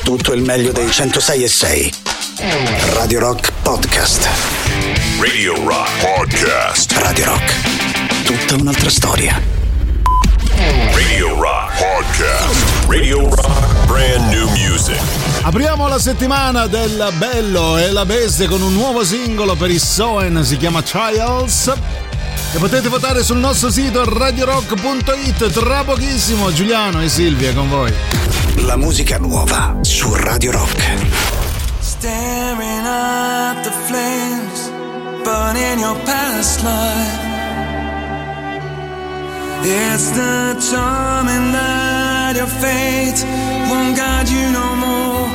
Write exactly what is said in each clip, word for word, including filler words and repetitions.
tutto il meglio dei centosei e sei. Radio Rock Podcast. Radio Rock Podcast. Radio Rock. Tutta un'altra storia. Radio Rock Podcast. Radio Rock Brand New Music. Apriamo la settimana del Bello e la Bestia con un nuovo singolo per i Soen, si chiama Trials, e potete votare sul nostro sito radio rock punto it. Tra pochissimo Giuliano e Silvia con voi. La musica nuova su Radio Rock. Staring at the flames burning your past life. It's the charming that your fate won't guide you no more.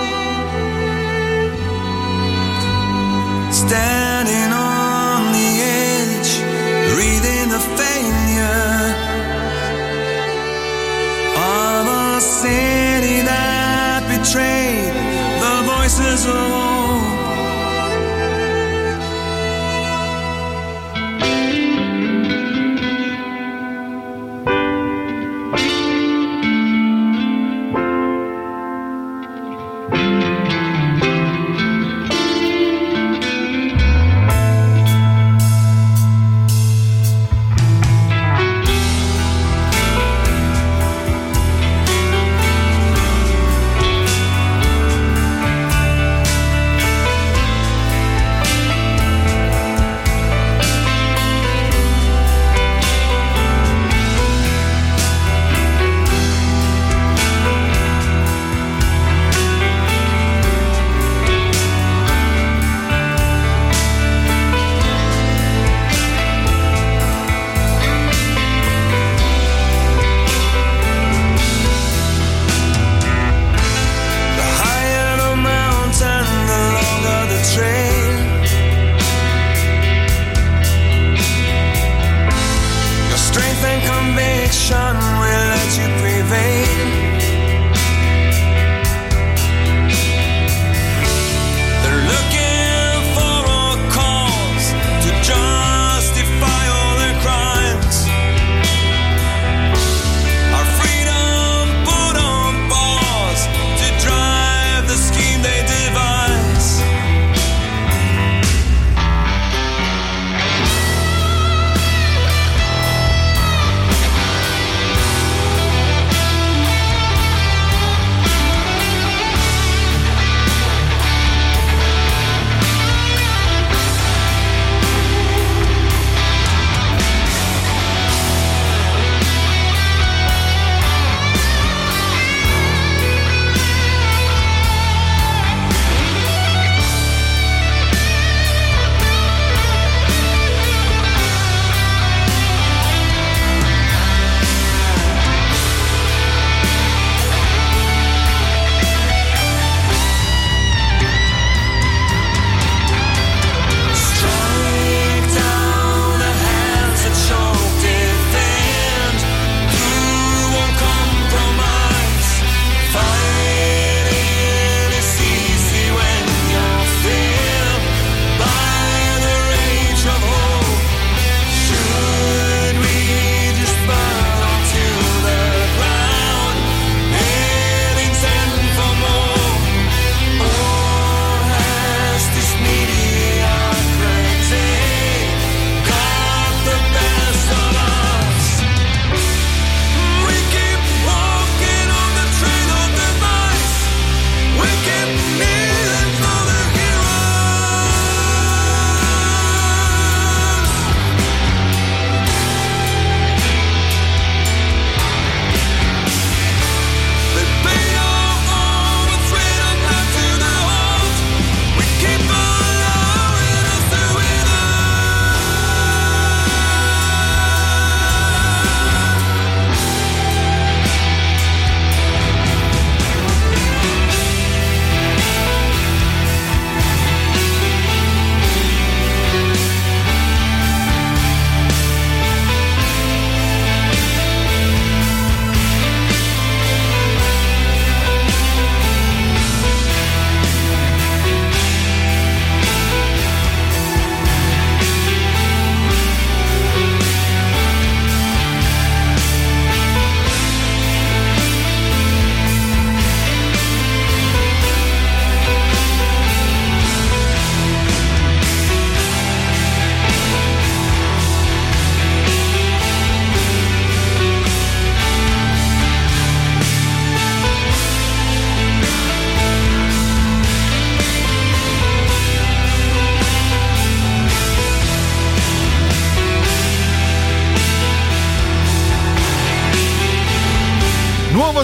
Standing on the edge, breathing the failure of a city that betrayed the voices of all.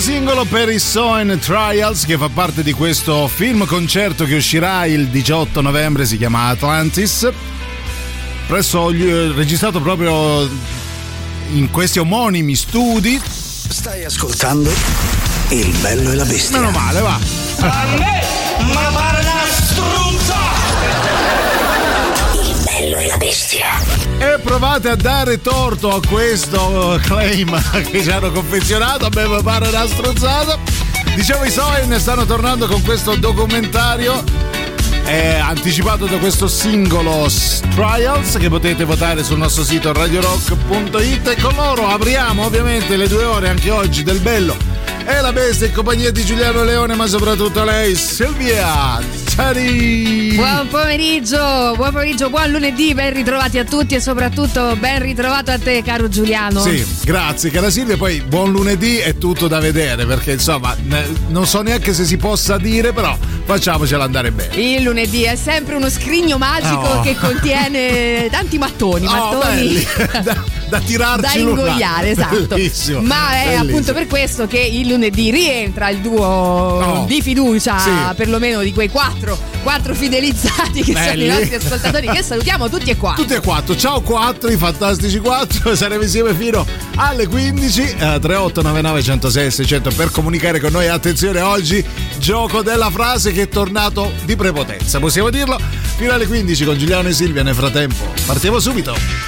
singolo per i Soen Trials, che fa parte di questo film concerto che uscirà il diciotto novembre, si chiama Atlantis, presso gli, registrato proprio in questi omonimi studi. Stai ascoltando Il Bello e la Bestia. Meno male, va. A me, ma pare una struzza! Il Bello e la Bestia. E provate a dare torto a questo claim che ci hanno confezionato, a me mi pare una strozzata. Dicevo, i Soen stanno tornando con questo documentario eh, anticipato da questo singolo Trials, che potete votare sul nostro sito radio rock punto it, e con loro apriamo ovviamente le due ore anche oggi del Bello e la Bestia in compagnia di Giuliano Leone, ma soprattutto lei, Silvia. Ciao. Buon pomeriggio, buon pomeriggio, buon lunedì, ben ritrovati a tutti e soprattutto ben ritrovato a te, caro Giuliano. Sì, grazie cara Silvia, poi buon lunedì, è tutto da vedere perché insomma non so neanche se si possa dire, però facciamocela andare bene. Il lunedì è sempre uno scrigno magico oh. che contiene tanti mattoni, mattoni oh, da, da tirarci da ingoiare, esatto. Bellissimo, ma è bellissimo. Appunto per questo che il lunedì rientra il duo oh. di fiducia, sì. perlomeno di quei quattro quattro fidelizzati che Belli. sono i nostri ascoltatori, che salutiamo tutti e quattro. Tutti e quattro, ciao quattro, i fantastici quattro, saremo insieme fino alle quindici, eh, tre otto nove nove uno zero sei sei zero zero per comunicare con noi. Attenzione, oggi gioco della frase che è tornato di prepotenza, possiamo dirlo, fino alle quindici con Giuliano e Silvia. Nel frattempo partiamo subito.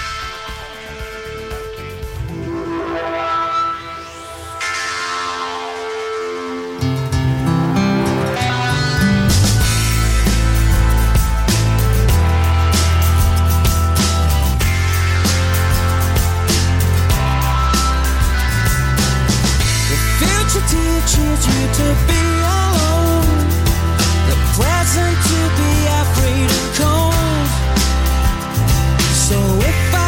So if I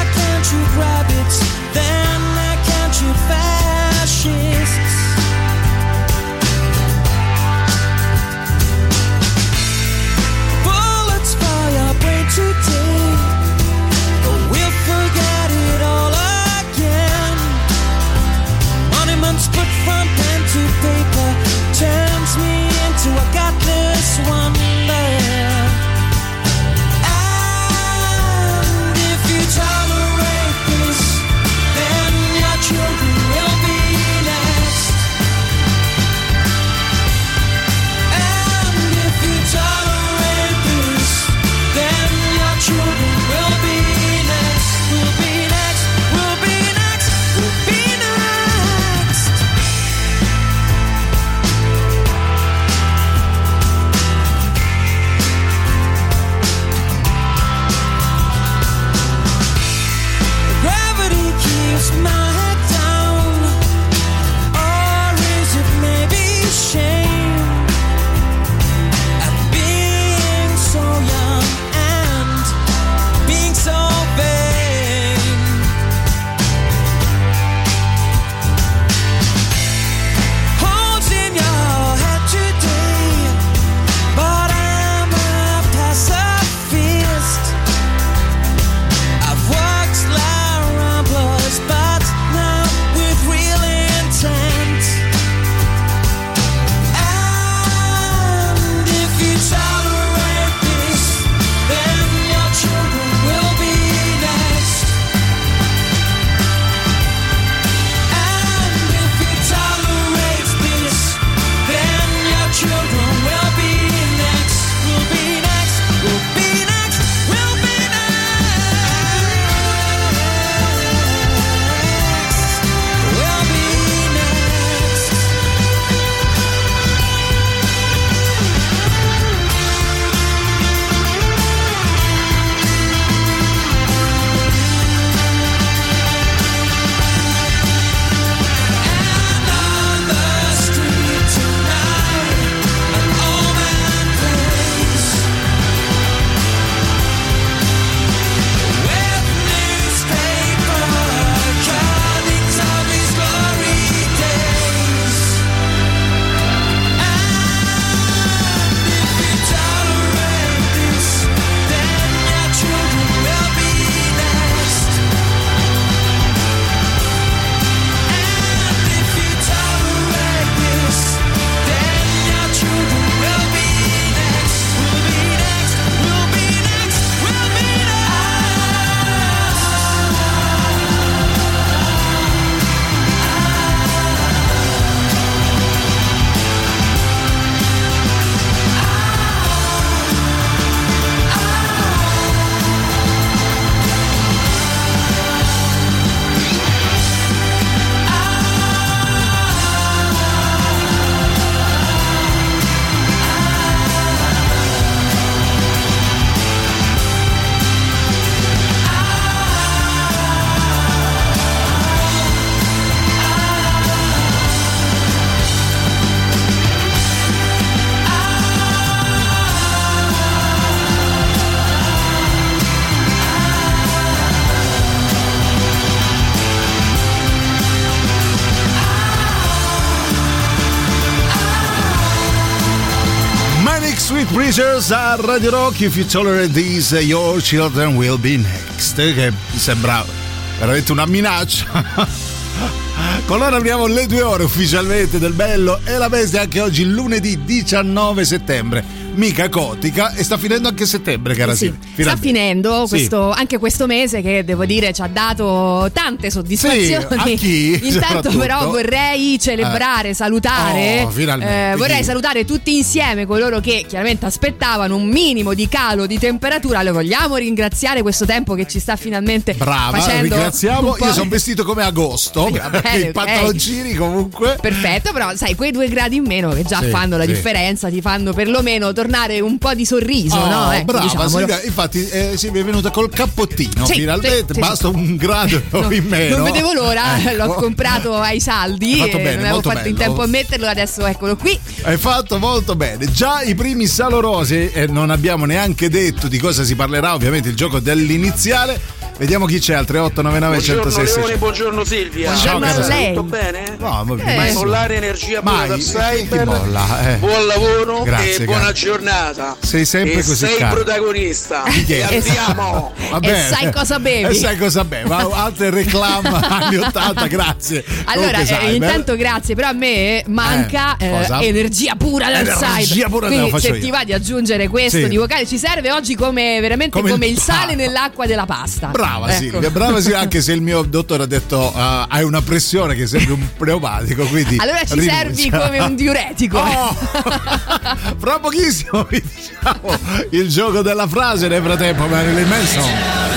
Sweet Breezers a Radio Rock. If you tolerate this, your children will be next. Che mi sembra veramente una minaccia. Con loro apriamo le due ore ufficialmente del Bello e la Bestia anche oggi, lunedì diciannove settembre. Mica cotica e sta finendo anche settembre, cara sì, Silvia. sta finendo sì. questo, anche questo mese che devo dire ci ha dato tante soddisfazioni. Sì, a chi? Intanto però vorrei celebrare, eh. salutare oh, eh, vorrei salutare tutti insieme coloro che chiaramente aspettavano un minimo di calo di temperatura. Lo vogliamo ringraziare questo tempo che ci sta finalmente Brava, facendo. Ringraziamo. Io sono vestito come agosto, sì, perché i pantaloncini comunque. Perfetto, però sai, quei due gradi in meno che già sì, fanno la sì. differenza, ti fanno perlomeno tornare un po' di sorriso, oh, no? Ecco, brava, diciamolo. sì, infatti eh, sì, mi è venuta col cappottino sì, finalmente, sì, basta sì. un grado no, in meno. Non vedevo l'ora, ecco. L'ho comprato ai saldi, fatto bene, non avevo fatto bello. in tempo a metterlo, adesso eccolo qui. Hai fatto molto bene. Già i primi salorosi e eh, non abbiamo neanche detto di cosa si parlerà, ovviamente il gioco dell'iniziale. Vediamo chi c'è al tre otto nove nove uno zero sei Buongiorno Leone, buongiorno Silvia. Buongiorno a lei. Tutto bene? No, ma eh. Mai mollare energia pura Mai, dal cyber. molla, eh. Buon lavoro Grazie, e buona grazie. giornata. Sei sempre e così sei caro. protagonista. E andiamo. E sai cosa bevi? E sai cosa bevi? Altre reclame anni ottanta, grazie. Allora, eh, intanto grazie, però a me manca eh, eh, energia pura dal energia cyber. Pura Quindi se io. ti va di aggiungere questo sì. di vocale ci serve oggi come veramente come, come il, il sale nell'acqua della pasta. Brava ecco. Silvia, brava Silvia, anche se il mio dottore ha detto uh, hai una pressione che sembra un pneumatico, quindi allora ci rinuncia. servi come un diuretico. Oh! Fra pochissimo vi diciamo il gioco della frase, nel frattempo Marilyn Manson.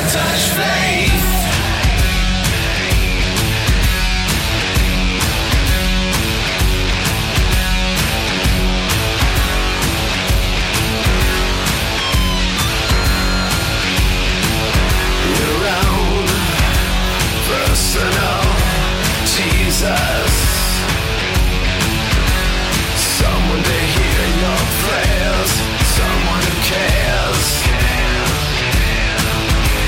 Someone to hear your prayers, someone who cares.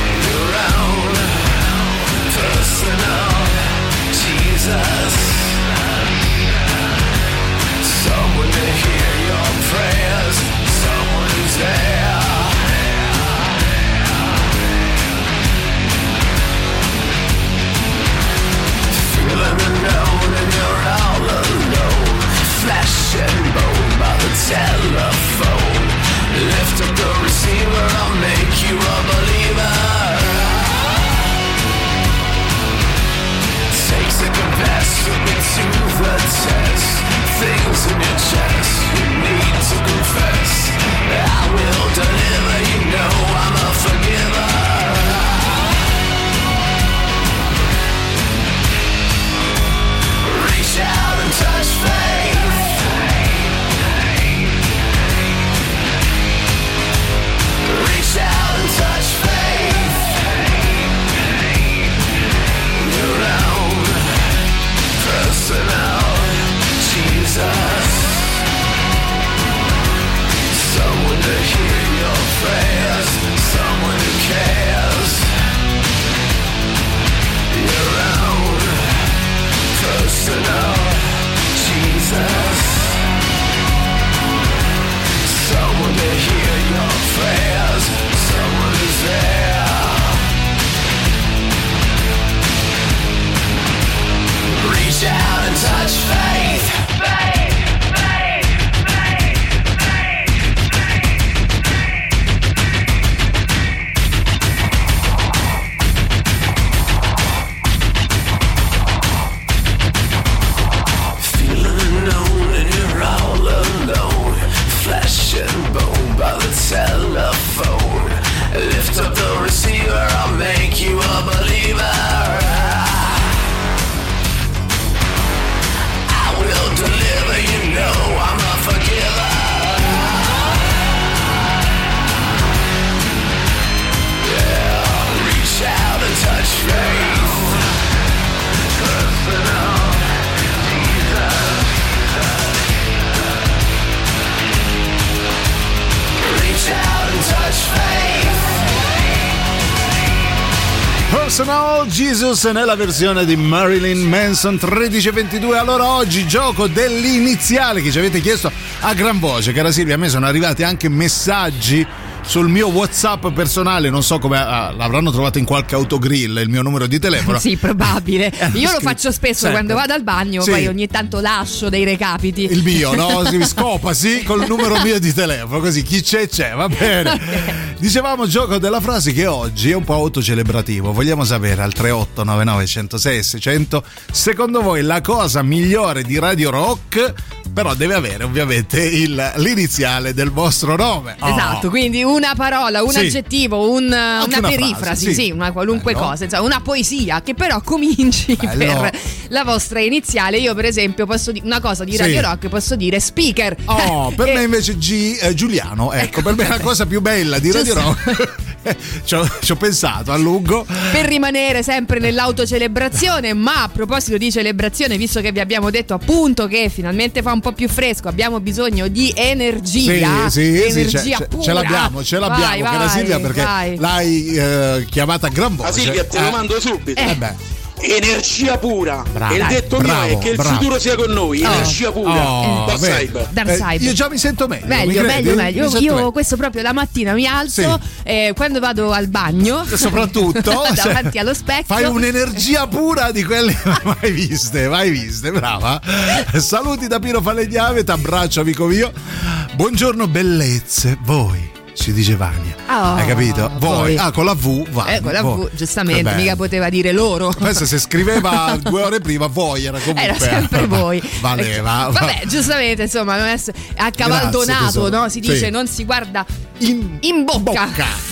Personal Jesus nella versione di Marilyn Manson. Tredici e ventidue. Allora oggi gioco dell'iniziale che ci avete chiesto a gran voce, cara Silvia. A me sono arrivati anche messaggi sul mio WhatsApp personale, non so come ah, l'avranno trovato in qualche autogrill il mio numero di telefono. Sì, probabile. Io lo faccio spesso sempre. Quando vado al bagno, sì. Poi ogni tanto lascio dei recapiti. Il mio, no? Si scopa, sì, col numero mio di telefono, così chi c'è c'è, va bene. Okay. Dicevamo gioco della frase che oggi è un po' autocelebrativo. Vogliamo sapere al tre otto nove nove uno zero sei seicento secondo voi la cosa migliore di Radio Rock, però deve avere ovviamente il, l'iniziale del vostro nome. Esatto, oh. Quindi una parola, un sì. aggettivo, un, una, una perifrasi, frase, sì. Sì, una qualunque Bello. cosa, insomma, una poesia che però cominci Bello. per la vostra iniziale. Io per esempio posso dire una cosa di Radio sì. Rock, posso dire speaker. Oh, per e... me invece G eh, Giuliano, ecco, ecco, per me è la cosa più bella di Radio Rock. ci, ho, ci ho pensato a lungo. Per rimanere sempre nell'autocelebrazione, ma a proposito di celebrazione, visto che vi abbiamo detto appunto che finalmente fa un po' più fresco, abbiamo bisogno di energia. Sì, sì, energia sì, ce, pura. ce l'abbiamo, ce l'abbiamo, vai, cara vai, Silvia, perché vai. l'hai eh, chiamata a gran voce. Ma Silvia, te lo mando subito. Eh, eh beh. Energia pura. Bravo, e il detto bravo, mio è che il bravo. futuro sia con noi. Oh. Energia pura. Oh, Dark Cyber. Dark eh, Cyber. Io già mi sento meglio. Meglio, meglio, meglio. Io, io meglio. questo proprio la mattina mi alzo, sì. eh, quando vado al bagno, soprattutto davanti allo specchio, fai un'energia pura di quelle mai viste, mai viste, brava. Saluti da Pino Falegname, t'abbraccio amico mio. Buongiorno bellezze, voi. Ci dice Vania, oh, hai capito? Voi, ah, con la V, vai. Eh, con la voi. V, giustamente, Vabbè. mica poteva dire loro. Questo se scriveva due ore prima, voi era comunque. Era sempre voi. Valeva. Vabbè, giustamente, insomma, non è accavaldonato, no? Si dice, sì. non si guarda in, in bocca. bocca.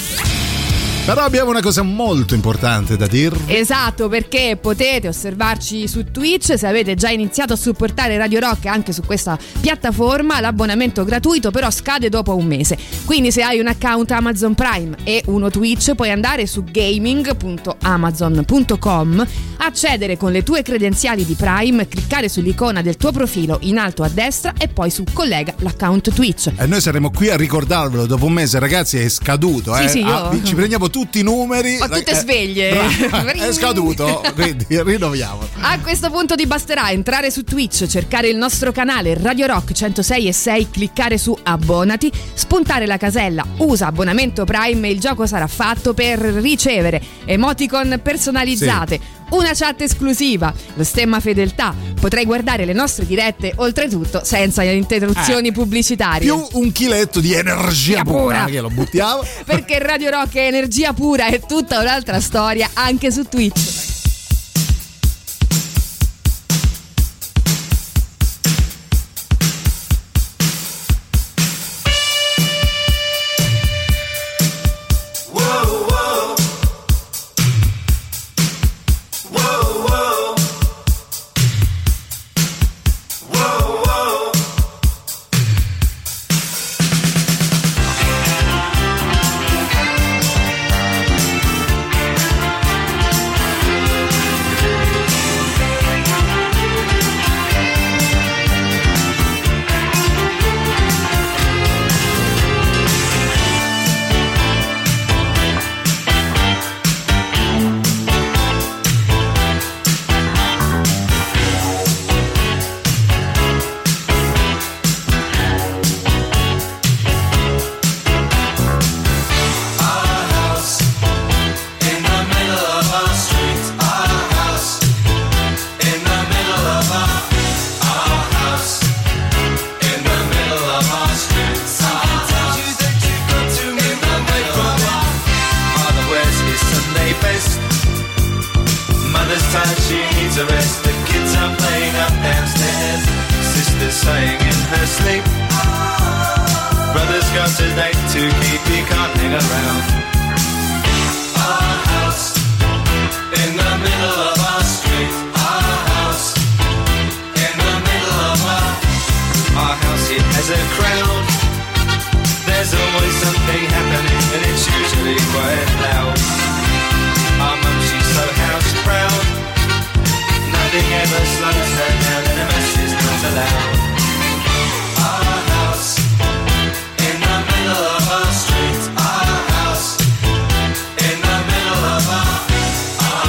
Però abbiamo una cosa molto importante da dirvi. Esatto, perché potete osservarci su Twitch. Se avete già iniziato a supportare Radio Rock anche su questa piattaforma, l'abbonamento gratuito però scade dopo un mese. Quindi se hai un account Amazon Prime e uno Twitch, puoi andare su gaming punto amazon punto com, accedere con le tue credenziali di Prime, cliccare sull'icona del tuo profilo in alto a destra e poi su collega l'account Twitch. E noi saremo qui a ricordarvelo dopo un mese, ragazzi, è scaduto. Sì, eh? sì, io... ah, ci prendiamo tutti i numeri, ma tutte sveglie. Bra- è scaduto, quindi rinnoviamo. A questo punto ti basterà entrare su Twitch, cercare il nostro canale Radio Rock centosei e sei, cliccare su abbonati, spuntare la casella usa abbonamento Prime e il gioco sarà fatto per ricevere emoticon personalizzate, sì. una chat esclusiva, lo stemma fedeltà. Potrai guardare le nostre dirette oltretutto senza interruzioni eh, pubblicitarie. Più un chiletto di energia pura, pura che lo buttiamo. Perché Radio Rock è energia pura, è tutta un'altra storia anche su Twitch. Our house in the middle of our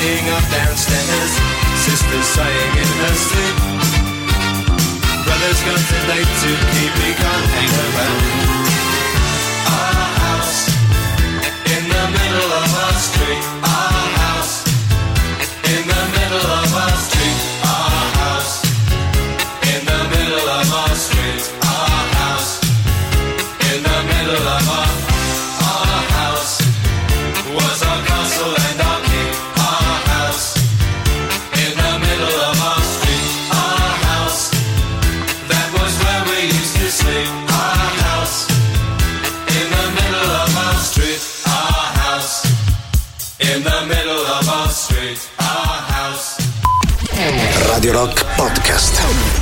playing up downstairs, sisters saying in her sleep, brother's got too late to keep, he can't hang around. Our house in the middle of our street, our house in the middle of our street, our house in the middle of our street, our house in the middle of our our house was our castle and our king, our house in the middle of our street, our house, that was where we used to sleep, our house in the middle of our street, our house in the middle of our street, our house. Radio Rock Podcast.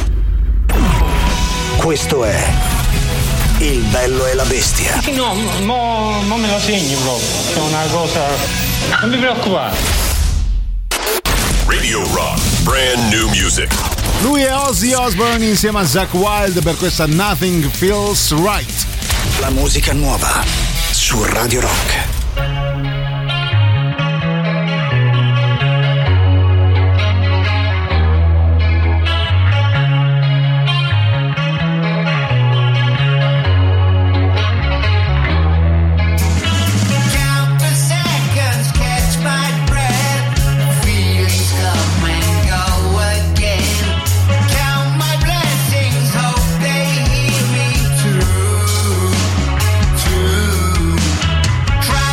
Questo è Il Bello e la Bestia. No, mo, mo me lo segni proprio, è una cosa... Non mi preoccupare. Radio Rock, brand new music. Lui è Ozzy Osbourne insieme a Zakk Wylde per questa Nothing Feels Right. La musica nuova su Radio Rock. Try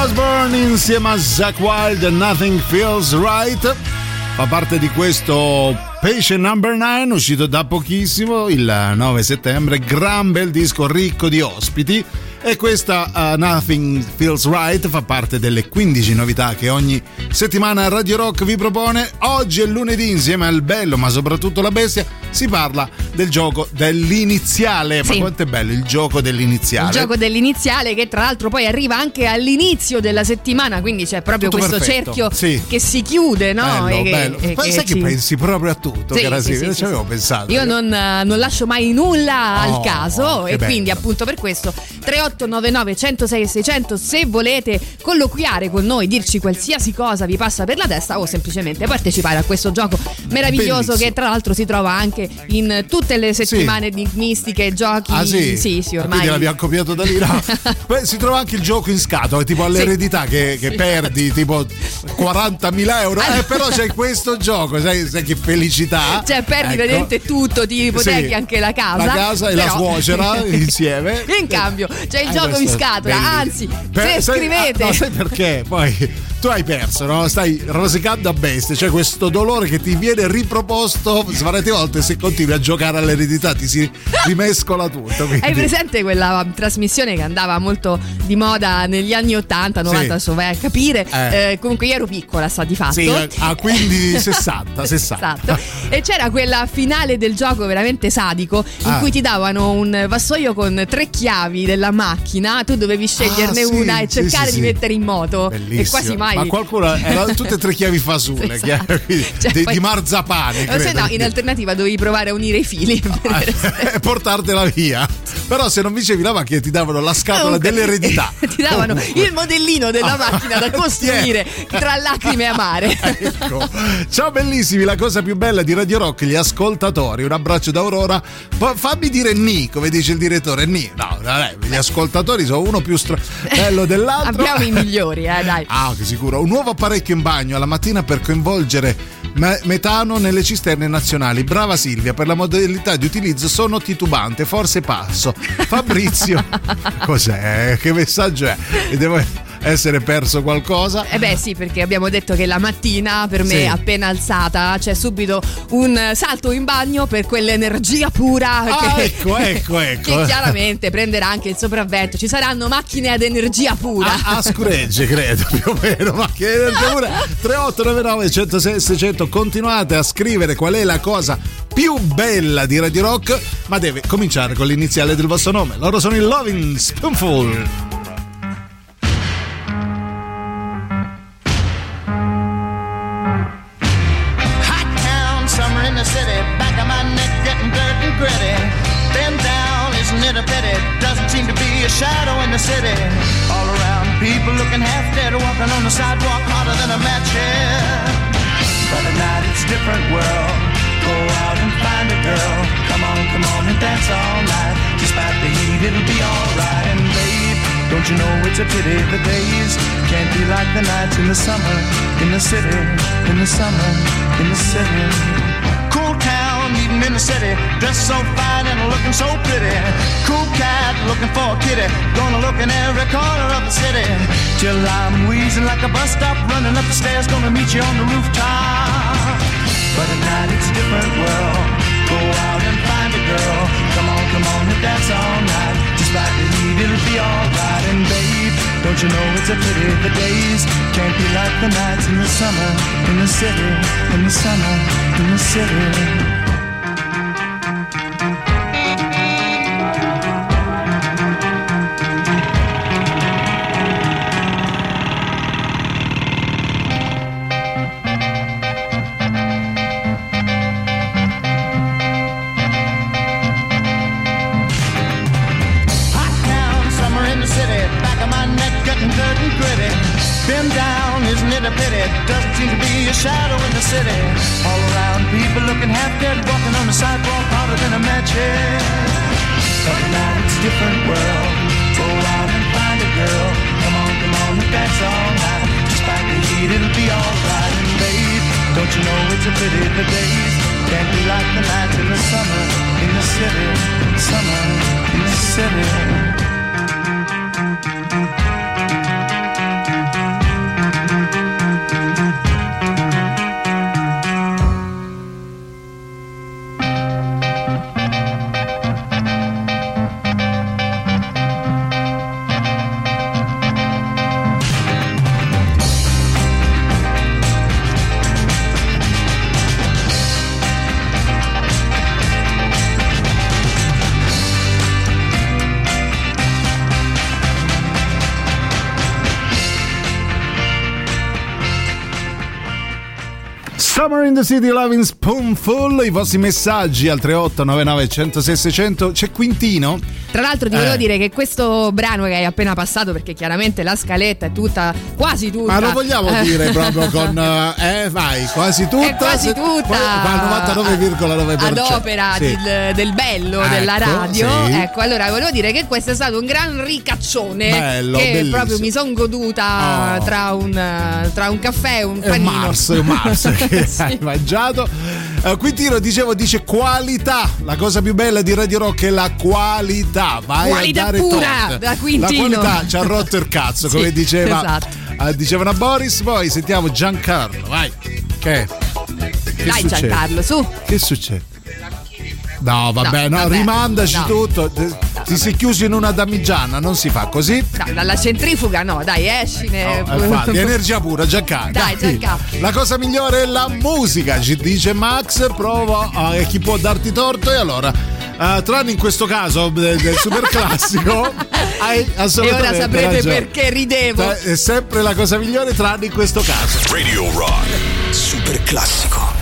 Osbourne insieme a Zakk Wylde, Nothing Feels Right, fa parte di questo Patient Number nove, uscito da pochissimo, il nove settembre, gran bel disco ricco di ospiti. E questa uh, Nothing Feels Right fa parte delle quindici novità che ogni settimana Radio Rock vi propone. Oggi è lunedì, insieme al bello ma soprattutto la bestia, si parla del gioco dell'iniziale. Sì. Ma quanto è bello il gioco dell'iniziale. Il gioco dell'iniziale, che tra l'altro poi arriva anche all'inizio della settimana, quindi c'è proprio Tutto questo perfetto. cerchio Sì. che si chiude, no? Bello, E che- bello. e Poi che sai che ci- pensi proprio a tutto, Sì, cara sì, Silvia? sì, Non sì, ci avevo sì. pensato. Io non, eh, non lascio mai nulla Oh, al caso, che e bello. quindi appunto per questo tre otto nove nove uno zero sei sei zero zero, se volete colloquiare con noi, dirci qualsiasi cosa vi passa per la testa o semplicemente partecipare a questo gioco meraviglioso. Bellissimo. Che tra l'altro si trova anche in tutte le settimane enigmistiche, giochi. Ah sì? sì, sì, Ah, ormai quindi l'abbiamo copiato da lì, no? Poi si trova anche il gioco in scatola, tipo all'eredità, che, che Sì. perdi tipo quarantamila euro, Allora- eh, però c'è questo gioco, sai, sai che felicità. Cioè perdi Ecco. veramente tutto, ti ipotechi Sì. anche la casa. La casa e la però- suocera insieme. In cambio c'è il Eh, gioco in questo è scatola, bellissimo. anzi, Per- se sai- scrivete ah, no, sai perché? Poi tu hai perso, no? Stai rosicando a bestia, cioè questo dolore che ti viene riproposto svariate volte se continui a giocare all'eredità, ti si rimescola tutto. Quindi. Hai presente quella trasmissione che andava molto di moda negli anni ottanta novanta, Sì. adesso vai a capire. Eh. Eh, comunque io ero piccola, sta di fatto. Sì, ah, quindi sessanta, sessanta. Esatto. E c'era quella finale del gioco veramente sadico in Ah. cui ti davano un vassoio con tre chiavi della macchina, tu dovevi sceglierne Ah, sì, una e sì, cercare sì, di sì. mettere in moto. Bellissimo. E quasi mai. Ma qualcuno erano tutte e tre chiavi fasule, Esatto. chiaro, quindi Cioè, di, poi- di marzapane, O se credo. no, in alternativa dovevi provare a unire i fili per vedere se- e portartela via. Però se non vincevi la macchina ti davano la scatola Comunque, dell'eredità. ti davano Comunque. il modellino della Ah, macchina da costruire tra lacrime amare. Ecco. Ciao bellissimi, la cosa più bella di Radio Rock, gli ascoltatori. Un abbraccio da Aurora. Poi fammi dire Ni, come dice il direttore. Ni. No, vabbè, gli ascoltatori sono uno più stra- bello dell'altro. Abbiamo i migliori, eh, dai. Ah, che sicuro. Un nuovo apparecchio in bagno alla mattina per coinvolgere me- metano nelle cisterne nazionali. Brava Silvia, per la modalità di utilizzo sono titubante, forse passo. Fabrizio, cos'è? Che messaggio è? E devo essere perso qualcosa? Eh beh sì, perché abbiamo detto che la mattina per me Sì. appena alzata c'è subito un salto in bagno per quell'energia pura Ah, che, ecco, ecco, ecco. che chiaramente prenderà anche il sopravvento. Ci saranno macchine ad energia pura. A, a scuregge, credo, più o meno, ma che energia pure. tre otto nove nove uno zero sei sei zero zero. Continuate a scrivere qual è la cosa più bella di Radio Rock, ma deve cominciare con l'iniziale del vostro nome. Loro sono il Loving Spoonful. Hot town, summer in the city, back of my neck getting dirt and gritty. Been down, isn't it a pity? Doesn't seem to be a shadow in the city. All around, people looking half dead, walking on the sidewalk harder than a match here. But at night it's a different world. Go out and find a girl. Come on, come on and dance all night. Despite the heat, it'll be alright. And babe, don't you know it's a pity the days can't be like the nights in the summer, in the city, in the summer, in the city. Cool town, meeting in the city, dressed so fine and looking so pretty. Cool cat, looking for a kitty, gonna look in every corner of the city. Till I'm wheezing like a bus stop, running up the stairs, gonna meet you on the rooftop. But at night it's a different world. Go out and find a girl. Come on, come on and dance all night. Despite the heat, it'll be alright. And babe, don't you know it's a pity the days can't be like the nights in the summer, in the city, in the summer, in the city. Dirt and gritty, been down, isn't it a pity? Doesn't seem to be a shadow in the city. All around, people looking half dead, walking on the sidewalk harder than a match head. But now it's a different world. Go out and find a girl. Come on, come on and dance all night. Despite the heat, it'll be alright. And babe, don't you know it's a pity the days can't be like the nights in the summer, in the city, summer, in the city. Summer in the City, Loving Spoonful. I vostri messaggi al tre otto nove nove uno zero sei sei zero zero. C'è Quintino. Tra l'altro ti eh. volevo dire che questo brano che hai appena passato, perché chiaramente la scaletta è tutta, quasi tutta. Ma lo vogliamo eh. dire proprio con eh vai, quasi tutta. È quasi tutta. Poi va al novantanove virgola nove per cento ad opera sì. del, del bello Ecco, della radio. sì. Ecco, allora volevo dire che questo è stato un gran ricaccione. Bello, che bellissimo. proprio mi son goduta Oh. tra un tra un caffè e un È un panino. Mars, è un Mars che Sì. hai mangiato. Uh, Quintino dicevo dice qualità. La cosa più bella di Radio Rock è la qualità. Vai Qualità a dare pura tot. da Quintino. La qualità ci ha rotto il cazzo, come Sì, diceva esatto. uh, dicevano a Boris. Poi sentiamo Giancarlo. Vai. Che? Che Dai succede? Giancarlo, su. Che succede? No, vabbè, no, No, vabbè, rimandaci no. tutto. Ti sei chiuso in una damigiana, non si fa così. Dai, dalla centrifuga no, dai, escine. No, infatti, energia pura, Giancarlo. Dai, Giancarlo. La cosa migliore è la musica, ci dice Max. Prova a chi può darti torto. E allora, uh, tranne in questo caso del, del super classico, hai E assolutamente ora saprete ragione. perché ridevo. Tra- È sempre la cosa migliore, tranne in questo caso. Radio Rock. Super classico.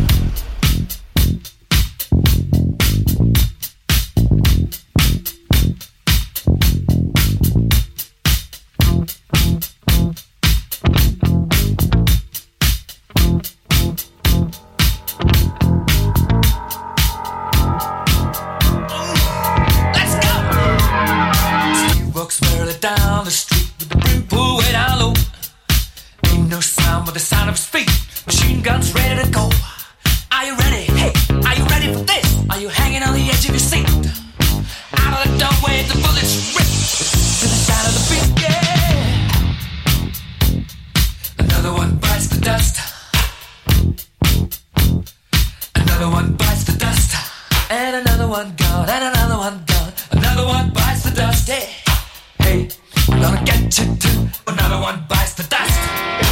Let's go! Steve walks barely down the street with the brim pulled way down low. Ain't no sound but the sound of his feet. Machine guns ready to go. Are you ready? Hey, are you ready for this? Are you hanging on the edge of your seat? Out of the doorway, the bullets rip to the sound of the beat. Yeah. Another one bites the dust. Another one bites the dust. And another one gone, and another one gone. Another one bites the dust. Hey, hey, I'm gonna get you too. Another one bites the dust.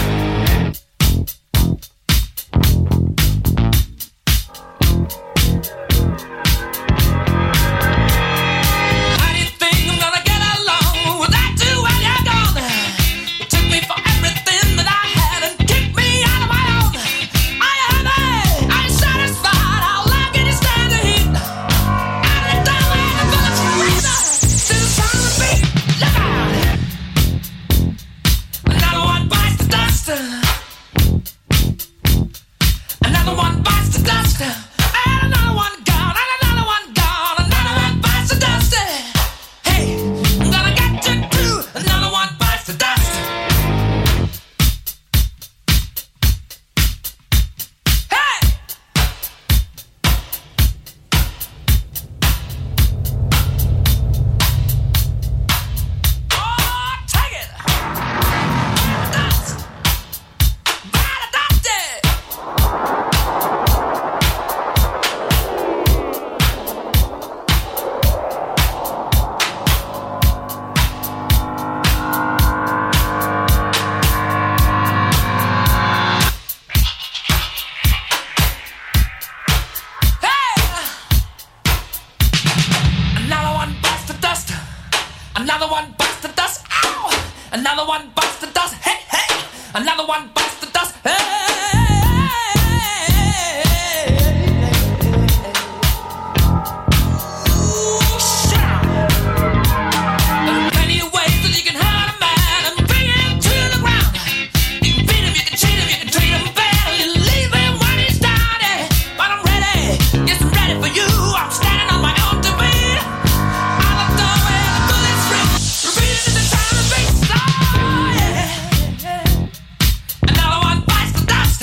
How do you think I'm gonna get along without you when you're gone? You took me for everything that I had and kicked me out of my own. Are you happy? Are you satisfied? How long can you stand the heat? Out of the doorway, the bullets rain to the sound of the beat. Look out! Another one bites the dust. Another one bites the dust. And another one gone. And another one gone. Another one bites the dust. Hey, I'm gonna get you too. Another one bites the dust. Hey! Oh, take it! Dust! Bite the dust, yeah! Hey! Another one bites the dust. Another one bites the dust. Ow! Another one bites the dust. Hey, hey! Another one bites the dust. Hey! Ooh, shut up. There are plenty of ways that you can hurt a man and bring him to the ground. You can beat him, you can cheat him, you can treat him bad, you leave him when he's down. Yeah. But I'm ready, yes I'm ready for you. I'm standing on my own two feet. Out of the doorway, the bullets rip, repeating to the sound of the beat. Oh yeah. Another one bites the dust.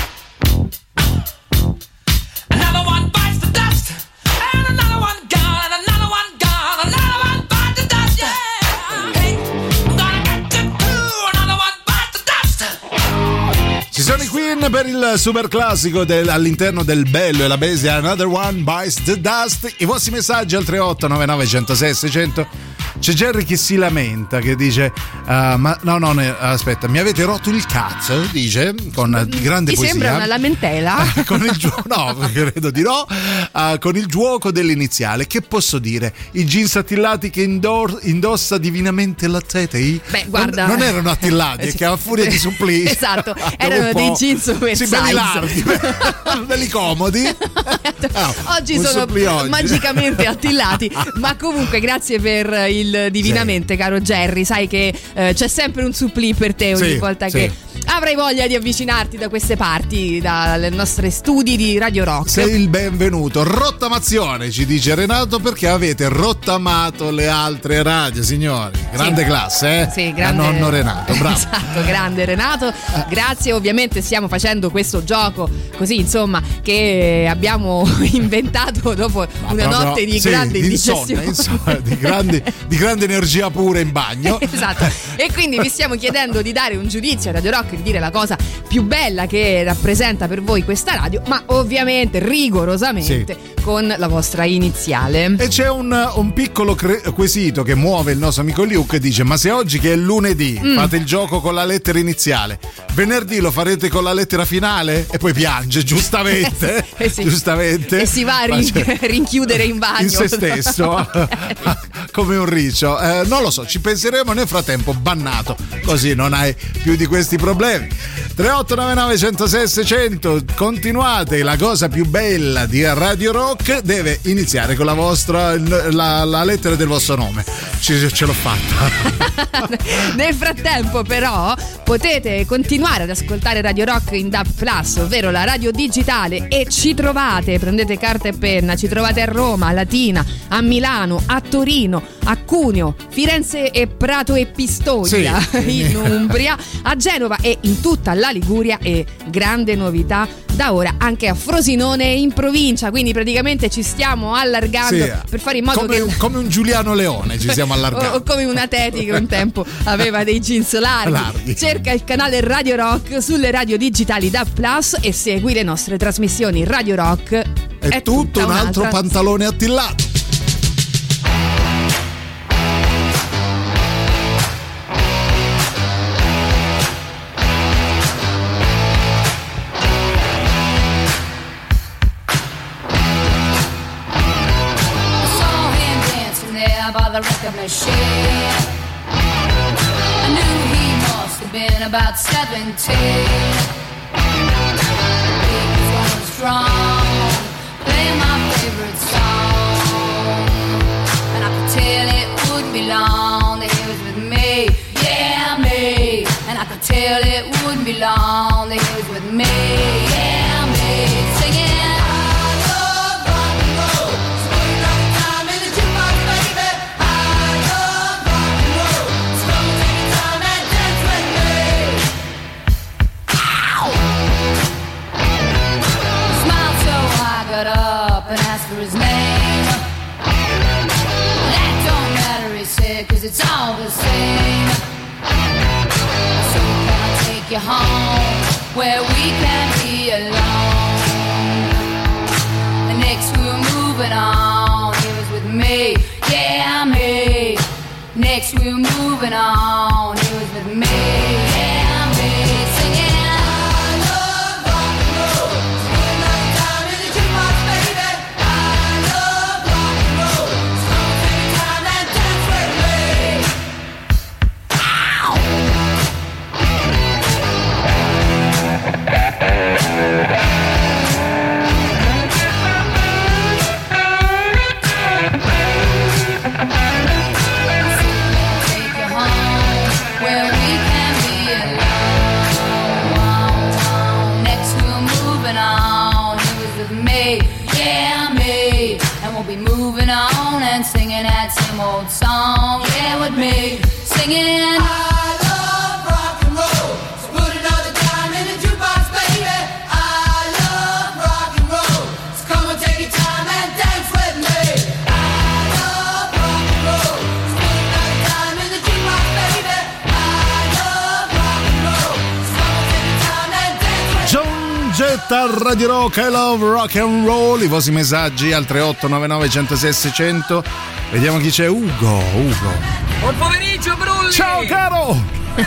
Another one bites the dust. And another one gone. And another one gone. Another one bites the dust. Yeah. Hey, I'm gonna get you too. Another one bites the dust. Ci sono i Queen per il super classico del, all'interno del bello e la bestia. Another one bites the dust. I vostri messaggi al tre otto nove nove uno zero sei sei zero zero. C'è Jerry che si lamenta, che dice uh, ma no no ne, aspetta, mi avete rotto il cazzo, dice con grande Ti poesia. sembra una lamentela? Con il gio- no, credo di no. Uh, con il giuoco dell'iniziale, che posso dire? I jeans attillati che indor- indossa divinamente l'atleti? Beh, guarda, non, non erano attillati, è che a furia di supplì. Esatto, erano dei jeans oversize. Sì, belli larghi, belli comodi. Oh, oggi sono oggi. magicamente attillati, ma comunque grazie per il divinamente, sì. Caro Jerry, sai che eh, c'è sempre un supplì per te ogni sì, volta sì. che avrai voglia di avvicinarti da queste parti, dalle nostre studi di Radio Rock. Sei il benvenuto. Rottamazione, ci dice Renato, perché avete rottamato le altre radio, signori. Grande sì. classe, eh? Sì, grande. Da nonno Renato, bravo. Esatto, grande Renato. Grazie, ovviamente stiamo facendo questo gioco così, insomma, che abbiamo inventato dopo Ma una proprio, notte di sì, grande indigestione. Insomma, di, grandi, di grande energia pura in bagno. Esatto. E quindi vi stiamo chiedendo di dare un giudizio a Radio Rock, di dire la cosa più bella che rappresenta per voi questa radio, ma ovviamente rigorosamente sì. con la vostra iniziale. E c'è un, un piccolo cre- quesito che muove il nostro amico Luke, che dice: ma se oggi che è lunedì mm. fate il gioco con la lettera iniziale, venerdì lo farete con la lettera finale? E poi piange, giustamente eh sì. giustamente e si va a rin- rinchiudere in bagno in se stesso come un riccio. Eh, non lo so, ci penseremo. Nel frattempo bannato, così non hai più di questi problemi. tre otto nove nove uno zero sei sei zero zero. Continuate, la cosa più bella di Radio Rock deve iniziare con la vostra la, la lettera del vostro nome. Ce, ce l'ho fatta. Nel frattempo però potete continuare ad ascoltare Radio Rock in D A B Plus, ovvero la radio digitale, e ci trovate, prendete carta e penna, ci trovate a Roma, a Latina, a Milano, a Torino, a Cuneo, Firenze e Prato e Pistoia, sì. in Umbria, a Genova e in tutta la Liguria, e grande novità da ora anche a Frosinone in provincia, quindi praticamente ci stiamo allargando sì, per fare in modo come, che come un Giuliano Leone ci siamo allargando, o, o come una Teti che un tempo aveva dei jeans larghi. larghi cerca il canale Radio Rock sulle radio digitali D A B Plus e segui le nostre trasmissioni. Radio Rock è, è tutto un altro pantalone attillato. By the record machine, I knew he must have been about seventeen. He was going strong, playing my favorite song, and I could tell it wouldn't be long that he was with me, yeah me. And I could tell it wouldn't be long that he was with me, yeah me. Singing. And asked for his name. That don't matter, he said, cause it's all the same. So can I take you home where we can be alone? And next we were moving on, he was with me, yeah me. Next we were moving on, he was with me, yeah me. Singing. Singing that same old song, yeah, with me, singing. I love rock and roll, so put another dime in the jukebox, baby. I love rock and roll, so come and take your time and dance with me. I love rock and roll, so put another dime in the jukebox, baby. I love rock and roll, so come and take your time and dance with me. John Jett diretta Radio Rock, I Love Rock and Roll. I vostri messaggi al tre otto nove nove uno zero sei sei zero zero. Vediamo chi c'è. Ugo, Ugo. Buon pomeriggio, Brulli. Ciao caro. Eh,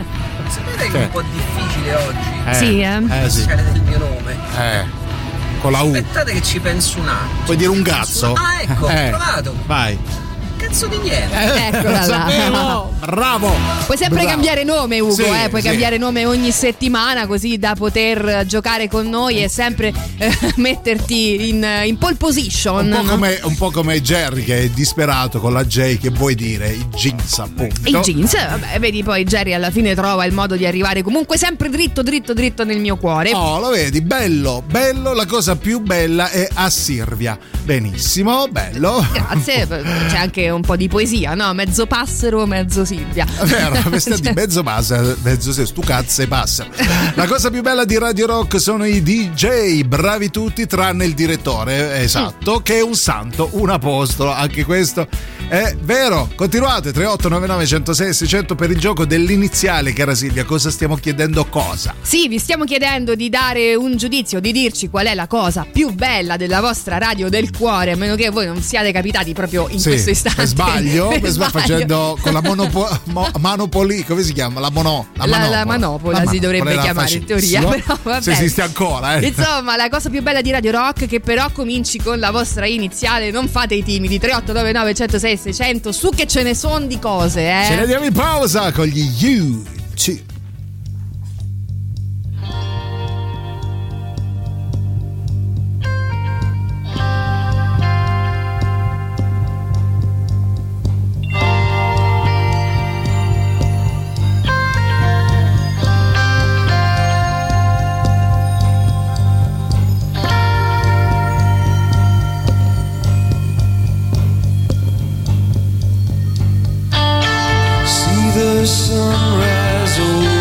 sapete che è un po' difficile oggi? Eh, Sì, eh. eh sì. del mio nome. Eh. Con la U. Aspettate che ci penso un attimo. Puoi dire un cazzo? Ah, ecco, eh. ho provato. Vai. Cazzo di niente. Eh, Eccola là. sapevo. Bravo. Puoi sempre Bravo. cambiare nome, Ugo, Sì, eh? puoi sì. cambiare nome ogni settimana così da poter giocare con noi e sempre eh, metterti in, in pole position. Un po' no? come, un po' come Jerry che è disperato con la J, che vuoi dire i jeans, appunto. I jeans, vabbè, vedi poi Jerry alla fine trova il modo di arrivare comunque sempre dritto, dritto, dritto nel mio cuore. Oh, lo vedi, bello, bello, la cosa più bella è Assirvia. Benissimo, bello. Grazie, c'è anche un po' di poesia, no? Mezzo passero, mezzo Silvia. È vero, questa di Cioè- mezzo passa, mezzo se stu cazzo e passa. La cosa più bella di Radio Rock sono i D J, bravi tutti tranne il direttore, esatto, che è un santo, un apostolo, anche questo è vero. Continuate, tre otto nove nove uno zero sei sei zero zero per il gioco dell'iniziale, cara Silvia, cosa stiamo chiedendo cosa? Sì, vi stiamo chiedendo di dare un giudizio, di dirci qual è la cosa più bella della vostra radio del cuore, a meno che voi non siate capitati proprio in Sì, questo istante. per sbaglio, Per per sbaglio, sbaglio. facendo con la monopo, mo, Manopoli, come si chiama? La mono, la, La, manopola. la manopola La si dovrebbe era chiamare in teoria, facilissimo. però va se bene. esiste ancora, eh. Insomma, la cosa più bella di Radio Rock, che però cominci con la vostra iniziale, non fate i timidi. Tre otto nove nove uno zero sei sei zero zero, su che ce ne sono di cose, eh. Ce ne andiamo in pausa con gli U C. See the sunrise over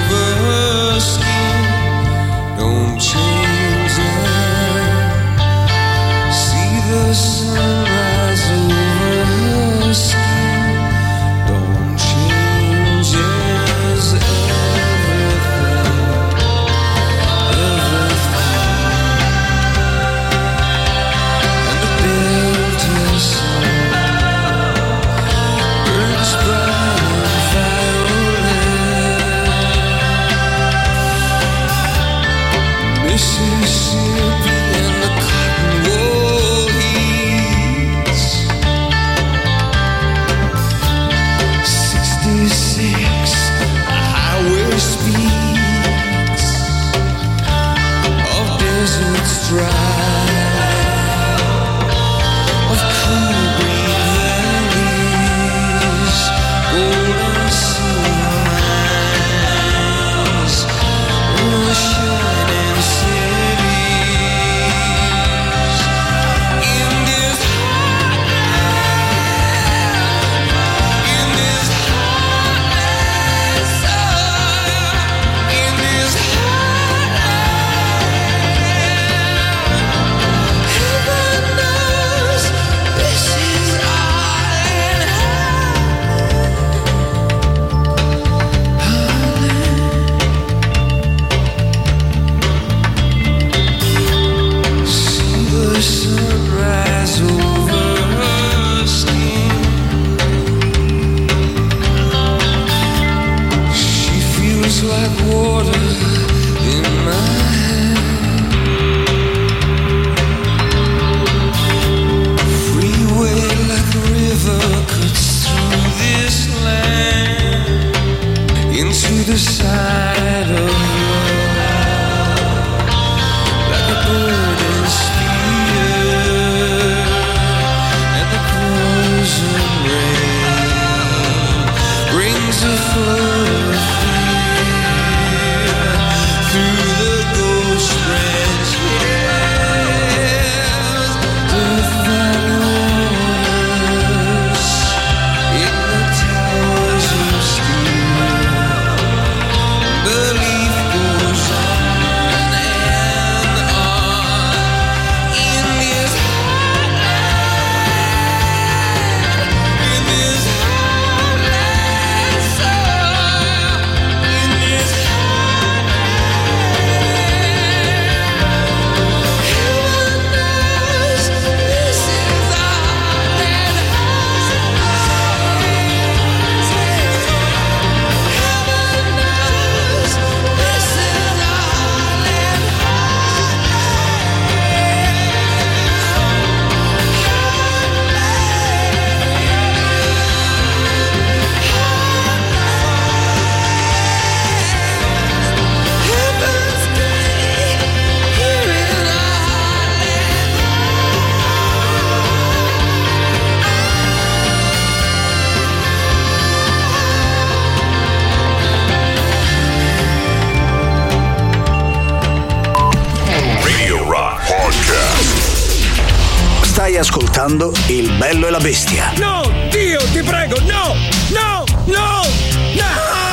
Stai ascoltando Il Bello e la Bestia. No, Dio, ti prego, no, no, no, no!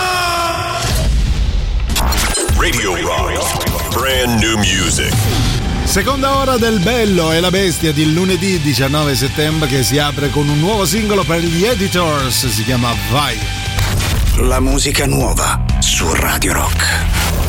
Radio Rock, brand new music. Seconda ora del Bello e la Bestia di lunedì diciannove settembre, che si apre con un nuovo singolo per gli Editors, si chiama Vai. La musica nuova su Radio Rock.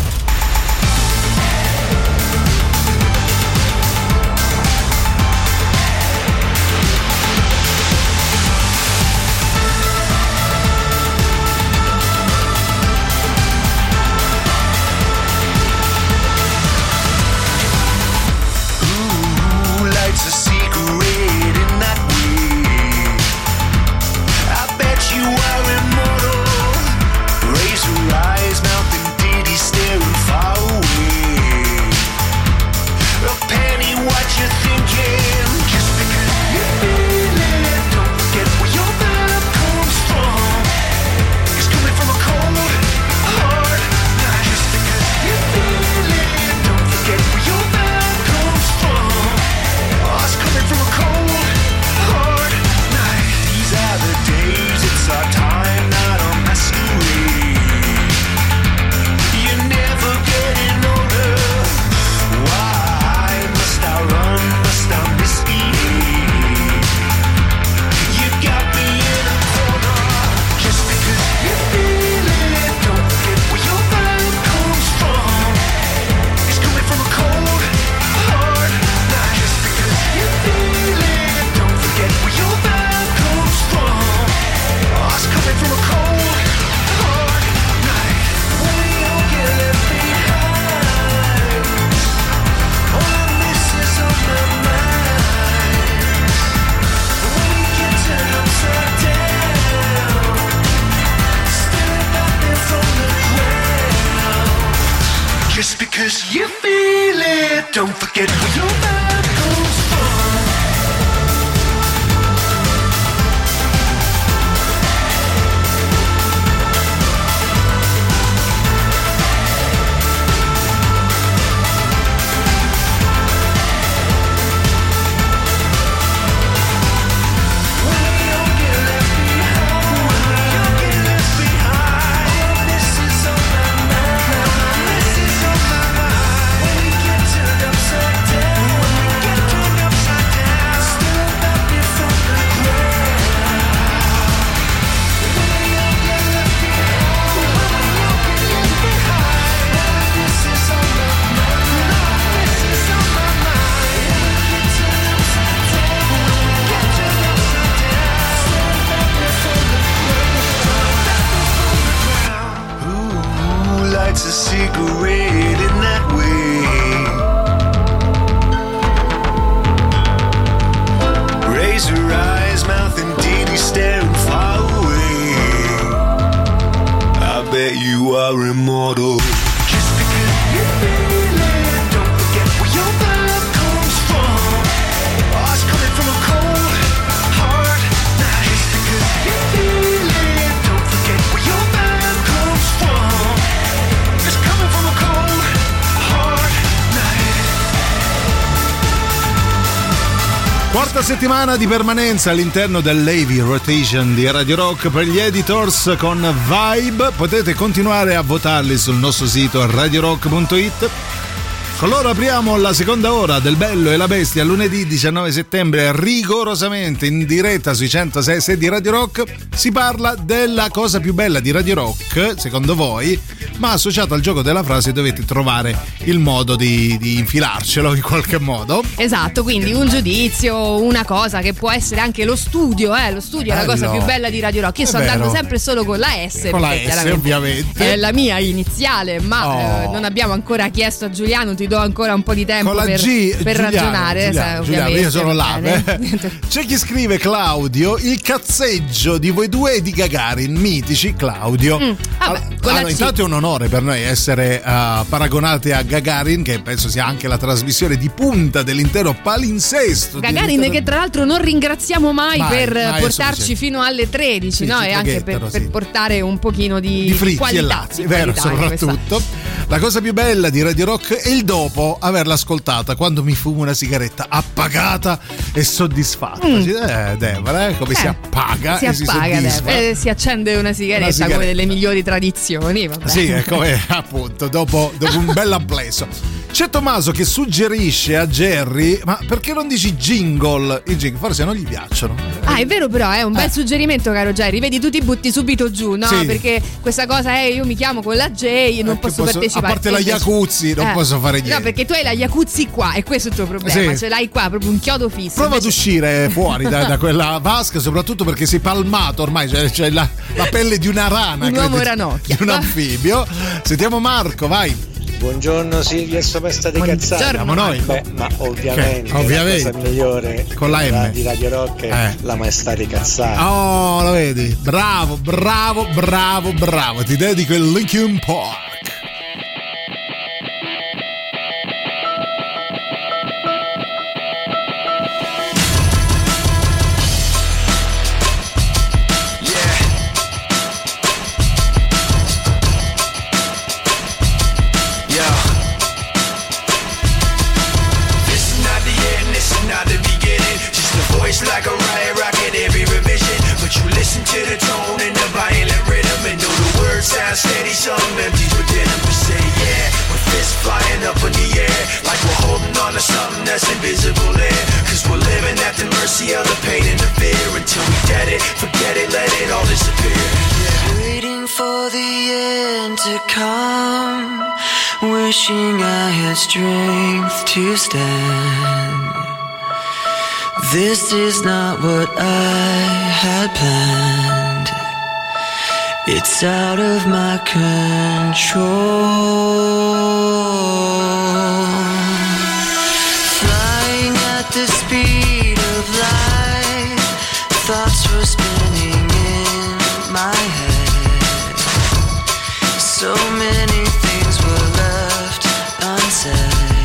Quarta settimana di permanenza all'interno dell'Heavy Rotation di Radio Rock per gli Editors con Vibe. Potete continuare a votarli sul nostro sito radio rock punto it. Con loro apriamo la seconda ora del Bello e la Bestia, lunedì diciannove settembre, rigorosamente in diretta sui centosei e sei di Radio Rock. Si parla della cosa più bella di Radio Rock, secondo voi, ma associato al gioco della frase dovete trovare il modo di, di infilarcelo in qualche modo. Esatto, quindi un giudizio, una cosa che può essere anche lo studio, eh, lo studio Bello. è la cosa più bella di Radio Rock. Io È sto vero. andando sempre solo con la S, Con la perché S, chiaramente ovviamente. è la mia iniziale, ma Oh. eh, non abbiamo ancora chiesto a Giuliano, ti do ancora un po' di tempo Con la per, G, per Giuliano, ragionare. Giuliano, eh, Giuliano, ovviamente, io sono là. bene. eh. C'è chi scrive: Claudio, il cazzeggio di voi due e di Gagarin, mitici. Claudio, Mm, vabbè, con la allora, C. intanto è un onore per noi essere uh, paragonati a Gagarin, che penso sia anche la trasmissione di punta dell'intero palinsesto. Gagarin, che tra l'altro non ringraziamo mai, Mai, per mai, è portarci sufficiente. fino alle tredici, Sì, no? ci E anche per, traghettano, per sì. portare un pochino di, di frizzi qualità, e lazzi, di vero, qualità in soprattutto. questa- La cosa più bella di Radio Rock è il dono dopo averla ascoltata quando mi fumo una sigaretta appagata e soddisfatta. Mm. Eh, Deborah, eh, come eh, si appaga si e appaga, si soddisfa. Eh, si accende una sigaretta, una sigaretta, come delle migliori tradizioni. Vabbè. Sì, è come appunto dopo, dopo un bel amplesso. C'è Tommaso che suggerisce a Jerry: ma perché non dici jingle? I jingle forse non gli piacciono. Ah, è vero, però è un bel eh. suggerimento, caro Jerry. Vedi, tu ti butti subito giù, no? Sì. Perché questa cosa è: io mi chiamo con la J e non posso, posso partecipare. A parte la Iacuzzi non eh. posso fare niente. No, perché tu hai la Iacuzzi qua e questo è il tuo problema. Sì. Ce l'hai qua, proprio un chiodo fisso. Prova invece... ad uscire fuori da, da quella vasca, soprattutto perché sei palmato ormai. C'è, c'è la, la pelle di una rana, un credo, uomo ranocchia. Di un anfibio. Sentiamo Marco, vai. Buongiorno Silvia e sopesta di cazzate. Siamo noi. Beh, ma ovviamente, ovviamente la cosa migliore con la M di Radio Rock è eh. la maestà di cazzate. Oh, lo vedi? Bravo, bravo, bravo, bravo. Ti dedico il Linkin Park. Like a riot rocket every revision, but you listen to the tone and the violent rhythm and know the words sound steady, some empties within them. We say yeah, with fists flying up in the air, like we're holding on to something that's invisible there. Cause we're living at the mercy of the pain and the fear. Until we get it, forget it, let it all disappear. Yeah. Waiting for the end to come, wishing I had strength to stand. This is not what I had planned. It's out of my control. Flying at the speed of light, thoughts were spinning in my head. So many things were left unsaid.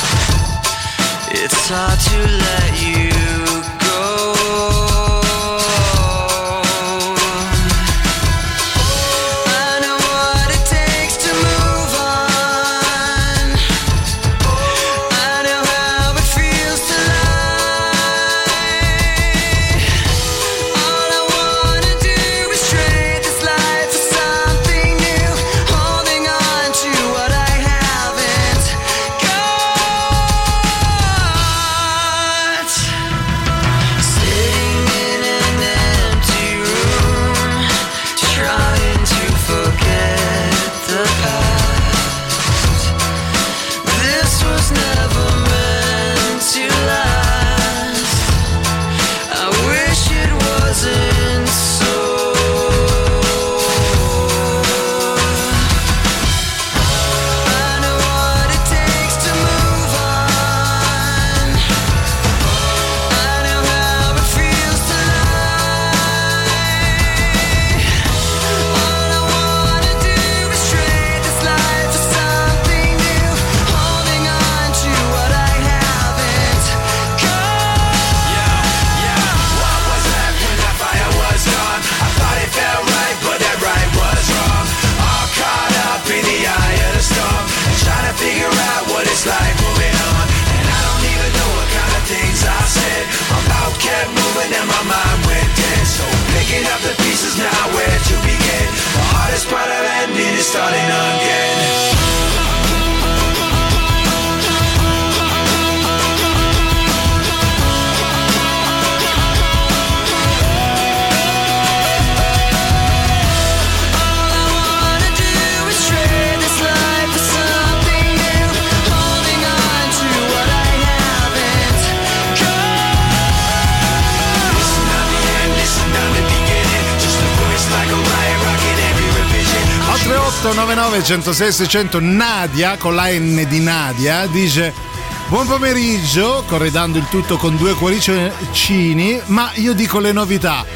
It's hard to let you starting again. otto nove nove uno zero sei sei zero zero Nadia con la N di Nadia dice: buon pomeriggio, corredando il tutto con due cuoricini, ma io dico le novità.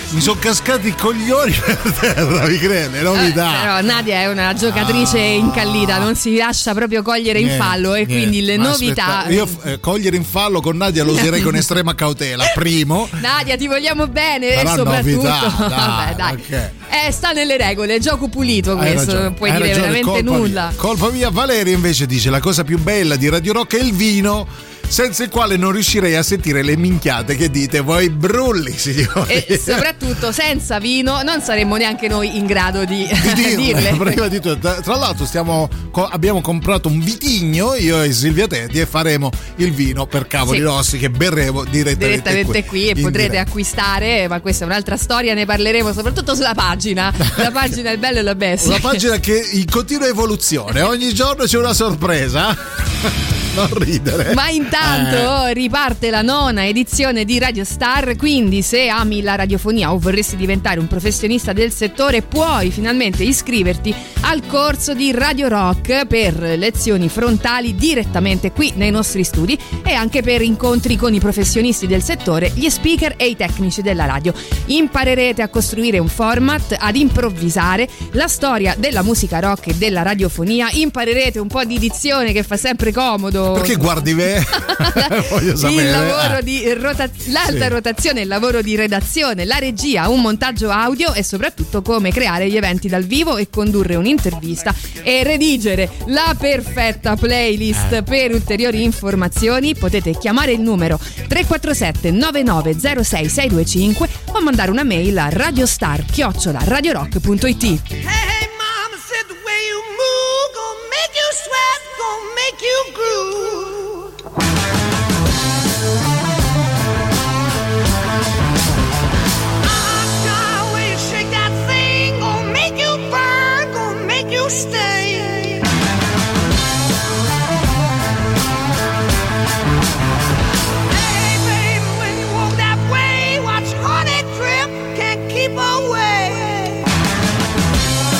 mi sono cascati i coglioni per terra, vi crede? Novità. Eh, però Nadia è una giocatrice ah. incallita, non si lascia proprio cogliere niente, in fallo e niente. Quindi le Ma novità. Aspetta, io eh, cogliere in fallo con Nadia lo userei con estrema cautela. Primo, Nadia, ti vogliamo bene però e soprattutto. Novità, dai, Vabbè, dai. Okay. Eh, sta nelle regole, è gioco pulito questo, non puoi dire ragione, veramente colpa nulla. Mia. Colpa mia. Valeria invece dice: la cosa più bella di Radio Rock è il vino, senza il quale non riuscirei a sentire le minchiate che dite voi brulli, signori. E soprattutto senza vino non saremmo neanche noi in grado di, di dirle, dirle. Prima di tutto, tra l'altro stiamo, abbiamo comprato un vitigno, io e Silvia Tetti, e faremo il vino per cavoli sì. rossi che berremo direttamente, direttamente qui, qui e potrete diretta. acquistare, ma questa è un'altra storia, ne parleremo soprattutto sulla pagina. La pagina è il bello e la bestia. Una pagina che in continua evoluzione, ogni giorno c'è una sorpresa. Non ridere. Ma intanto eh. riparte la nona edizione di Radio Star, quindi se ami la radiofonia o vorresti diventare un professionista del settore puoi finalmente iscriverti al corso di Radio Rock per lezioni frontali direttamente qui nei nostri studi e anche per incontri con i professionisti del settore, gli speaker e i tecnici della radio. Imparerete a costruire un format, ad improvvisare la storia della musica rock e della radiofonia, imparerete un po' di dizione che fa sempre comodo. Perché guardi me? Voglio sapere. Il lavoro di rota- l'alta sì. rotazione, il lavoro di redazione, la regia, un montaggio audio e soprattutto come creare gli eventi dal vivo e condurre un'intervista e redigere la perfetta playlist. Eh. Per ulteriori informazioni potete chiamare il numero tre quattro sette nove nove zero sei sei due cinque o mandare una mail a radiostar chiocciola radiorock punto it. Hey, hey, mama said the way you move gonna make you sweat, gonna make you groove. Ah, the way you shake that thing gonna make you burn, gonna make you stay. Hey, baby, when you walk that way, watch honey drip, can't keep away.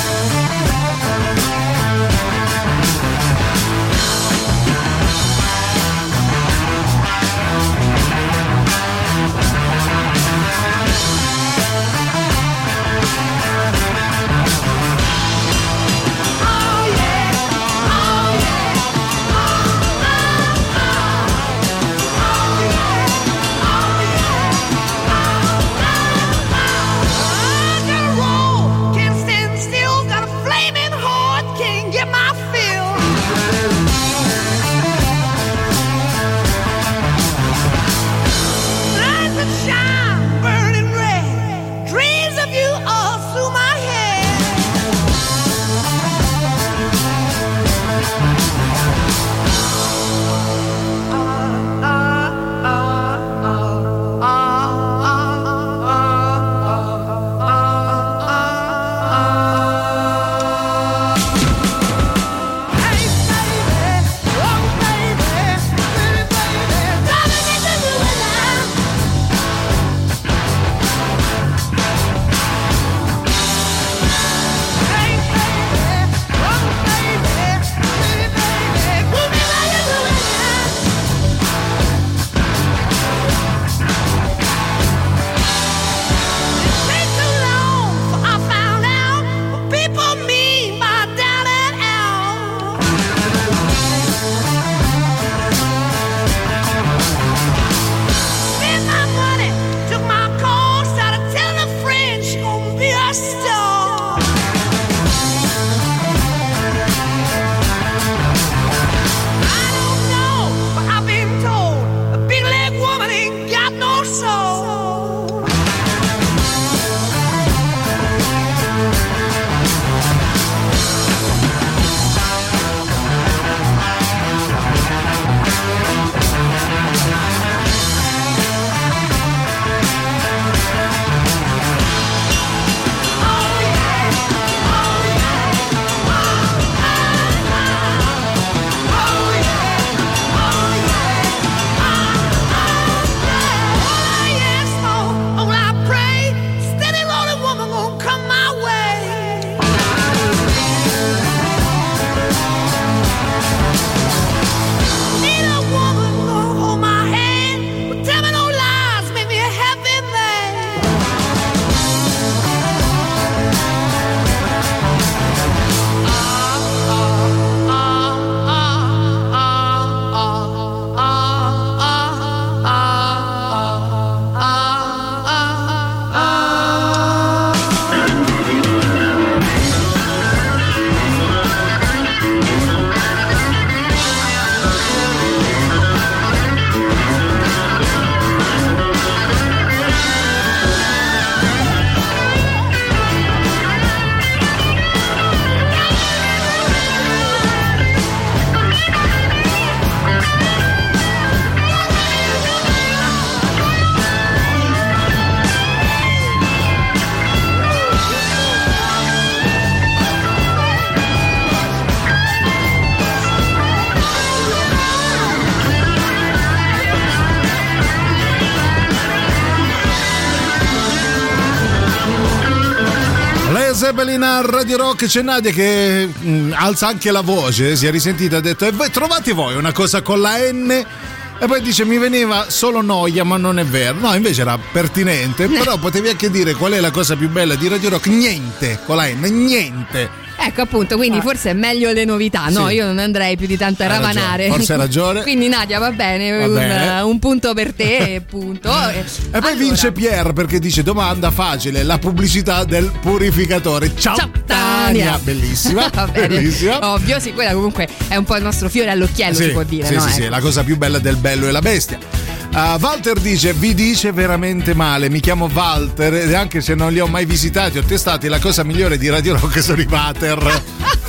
Zeppelin a Radio Rock. C'è Nadia che mh, alza anche la voce, si è risentita, ha detto: e voi trovate voi una cosa con la N? E poi dice: mi veniva solo noia, ma non è vero. No, invece era pertinente. Però potevi anche dire qual è la cosa più bella di Radio Rock. Niente con la N, niente. Ecco, appunto, quindi ah. forse è meglio le novità. No, sì. Io non andrei più di tanto a hai ravanare. Ragione. Forse hai ragione. Quindi Nadia, va bene, va un, bene. un punto per te, punto. E allora. Poi vince Pier perché dice: domanda facile, la pubblicità del purificatore. Ciao, Ciao Tania. Tania. Bellissima. Va bene. Bellissima. Ovvio, sì, quella comunque è un po' il nostro fiore all'occhiello, sì, si può dire. Sì, no? sì, ecco. sì, la cosa più bella del Bello e la Bestia. Uh, Walter dice: vi dice veramente male, mi chiamo Walter e anche se non li ho mai visitati o testati, la cosa migliore di Radio Rock sono i Vater.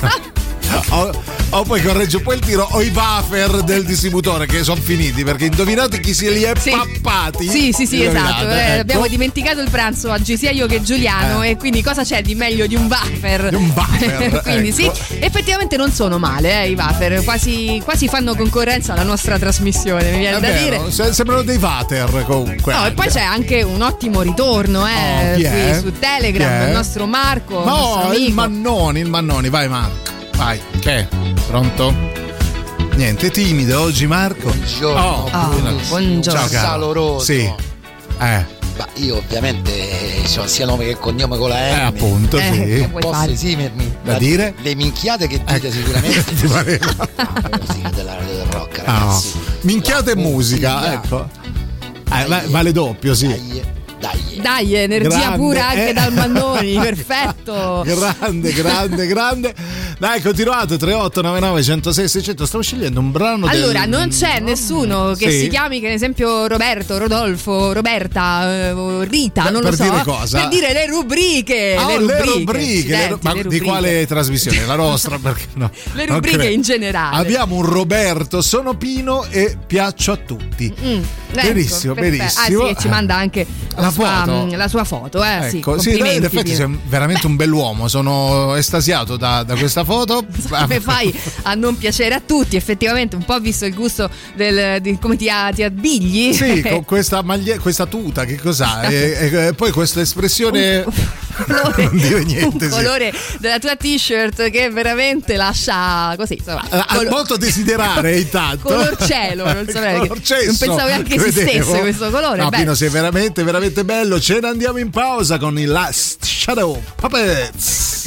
O, o poi correggio poi il tiro, o i wafer del distributore che sono finiti, perché indovinate chi se li è sì. pappati. Sì, sì, sì, esatto. Eh, ecco. Abbiamo dimenticato il pranzo oggi, sia io che Giuliano, eh. e quindi cosa c'è di meglio di un wafer? Di un wafer. Quindi ecco. sì, effettivamente non sono male, eh, i wafer, quasi, quasi fanno concorrenza alla nostra trasmissione, mi viene è da vero, dire. Sembrano dei water comunque. No, anche. E poi c'è anche un ottimo ritorno, eh, oh, chi qui è? su Telegram, il nostro Marco. No, il, il Mannoni, il Mannoni, vai Marco. Vai, che? Pronto? Niente, timido oggi Marco. Buongiorno. Oh, oh, buongiorno. Ciao caro. Saloroso. Sì. Eh. Ma io ovviamente so sia nome che cognome con la N. Eh, appunto, eh, sì. Posso fare? esimermi da dire? Le minchiate che dite eh. sicuramente. Ti pareva? La musica della radio del rock, ragazzi. No. Minchiate e musica, ecco. Eh, Dai, vale doppio, sì. Dai, dai. Dai, energia grande, pura anche eh. dal Mannoni, perfetto. Grande, grande, grande. Dai, continuate. tre otto nove nove uno zero sei sei zero zero. Stavo scegliendo un brano. Allora, del... non c'è nessuno che sì. si chiami, che ad esempio Roberto, Rodolfo, Roberta, eh, Rita, per, non per lo so. dire cosa? Per dire le rubriche. Oh, le rubriche. Le rubriche, le ru- ma le di quale trasmissione? La nostra? Perché no? Le rubriche in generale. Abbiamo un Roberto, sono Pino e piaccio a tutti. Mm, benissimo, ecco, benissimo. Ah sì, ci manda anche la, la, sua, foto. la sua foto, eh, ecco, sì, sì, in effetti sei veramente Beh. un bell'uomo, sono estasiato da, da questa foto. Come fai a non piacere a tutti? Effettivamente un po' visto il gusto del, di come ti, ti abbigli. Sì, con questa maglia, questa tuta, che cos'ha? e, e, e poi questa espressione colore, non dire niente, un sì. colore della tua t-shirt che veramente lascia così, insomma, ha col- molto desiderare intanto. Color cielo, non saprei, color cesso, non pensavo neanche esistesse questo colore. No, Beh. Pino, sei veramente veramente bello. Ce ne andiamo in pausa con i Last Shadow Puppets.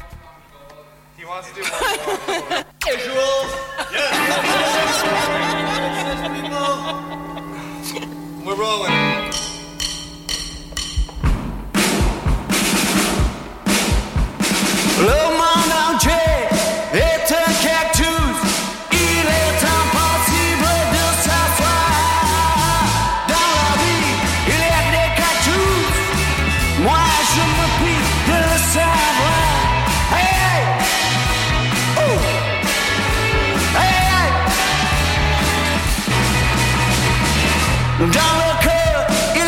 We're rolling. Le monde entier est un cactus. Il est impossible de s'asseoir. Dans la vie, il y a des cactus. Moi, je me prie de le savoir. Hey, hey. Ouh. Hey, hey. Dans le cœur, il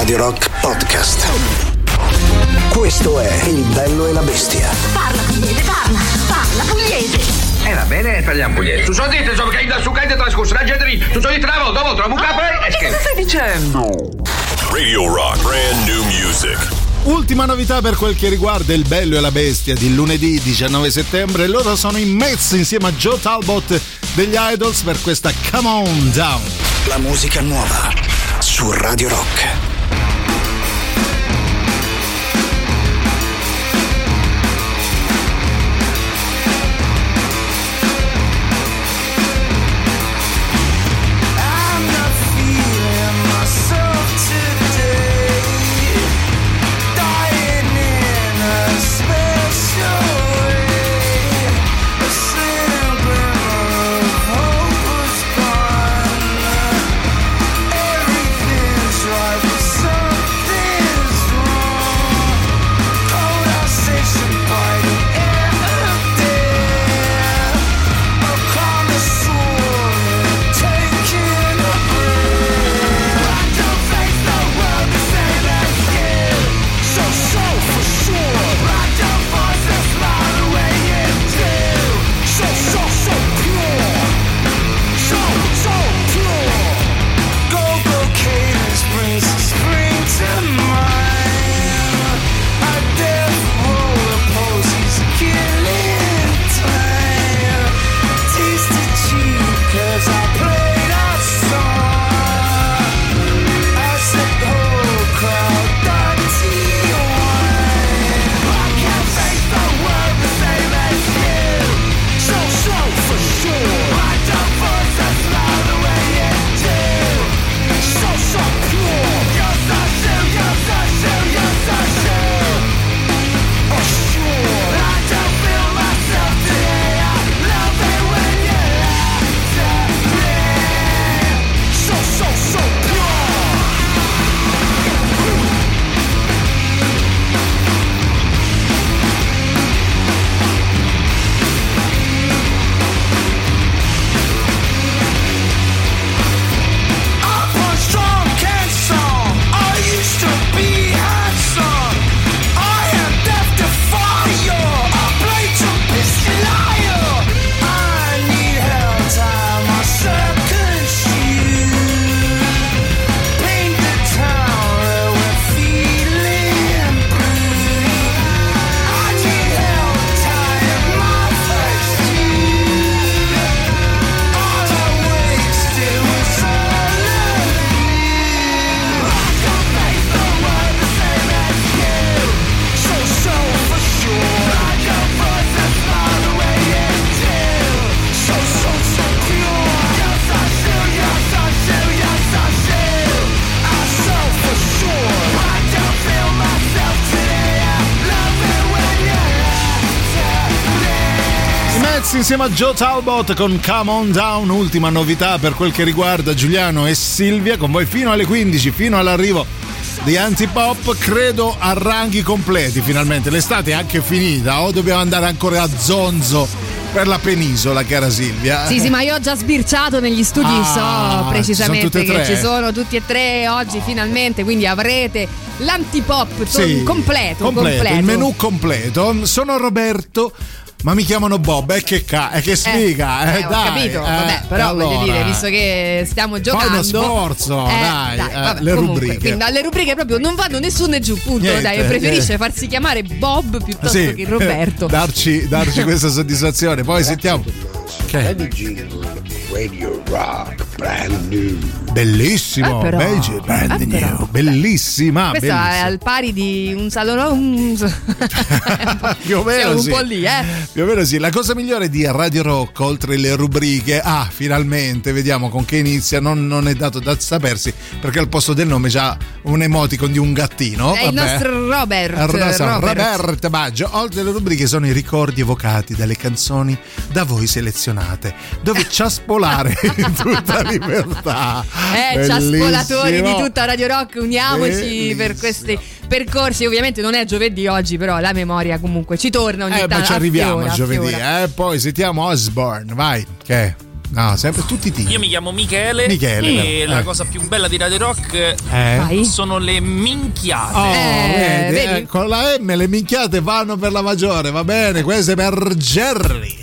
Radio Rock Podcast. Questo è Il bello e la bestia. Parla pugliese, parla, parla pugliese. Eh va bene, parliamo pugliese. Tu sono dite, insomma, che da su cade trascorso la gente lì. Tu sono dite una volta, volta, la buca poi. Che cosa stai dicendo? Radio Rock, brand new music. Ultima novità per quel che riguarda Il bello e la bestia di lunedì diciannove settembre. Loro sono in mezzo insieme a Joe Talbot degli Idols per questa Come On Down. La musica nuova su Radio Rock. Insieme a Joe Talbot con Come On Down, ultima novità per quel che riguarda Giuliano e Silvia, con voi fino alle quindici, fino all'arrivo di Antipop, credo a ranghi completi finalmente. L'estate è anche finita o dobbiamo andare ancora a zonzo per la penisola, cara Silvia? Sì, sì, ma io ho già sbirciato negli studi, ah, so precisamente ci che ci sono tutti e tre oggi finalmente, quindi avrete l'Antipop sì, completo, completo, completo. Il menù completo. Sono Roberto, ma mi chiamano Bob, e eh, che ca- eh, che sfiga, eh, eh, ho dai, capito, eh, vabbè, però allora, voglio dire, visto che stiamo giocando, fai uno sforzo, eh, dai, dai eh, vabbè, le comunque, rubriche. quindi dalle rubriche proprio non vanno né su né giù, punto. Niente, dai, preferisce eh. farsi chiamare Bob piuttosto sì, che Roberto. darci, darci questa soddisfazione. Poi sentiamo che Radio Rock brand new. Bellissimo, eh, però, Belgi, brand eh, new, però. bellissima. Questo bellissima. è al pari di un salone più o meno un sì. po' lì, eh. Più o meno sì. La cosa migliore di Radio Rock, oltre le rubriche, ah, finalmente vediamo con che inizia. Non, non è dato da sapersi, perché al posto del nome c'ha un emoticon di un gattino. È vabbè. il nostro Robert. Robert, Robert. Robert Baggio. Oltre alle rubriche sono i ricordi evocati dalle canzoni da voi selezionate, dove ciaspolare in tutta libertà. Eh, ciaspolatori di tutta Radio Rock, uniamoci Bellissimo. per questi percorsi. Ovviamente non è giovedì oggi, però la memoria comunque ci torna ogni eh, tanto. Ma ci arriviamo affiora, giovedì, affiora. eh. Poi sentiamo Osborne, vai, che è? No, sempre tutti T. Io mi chiamo Michele. Michele, e però. la Eh. cosa più bella di Radio Rock Eh? sono le minchiate. Oh, Eh, vedi, vedi? eh, con la M le minchiate vanno per la maggiore, va bene, queste per Jerry.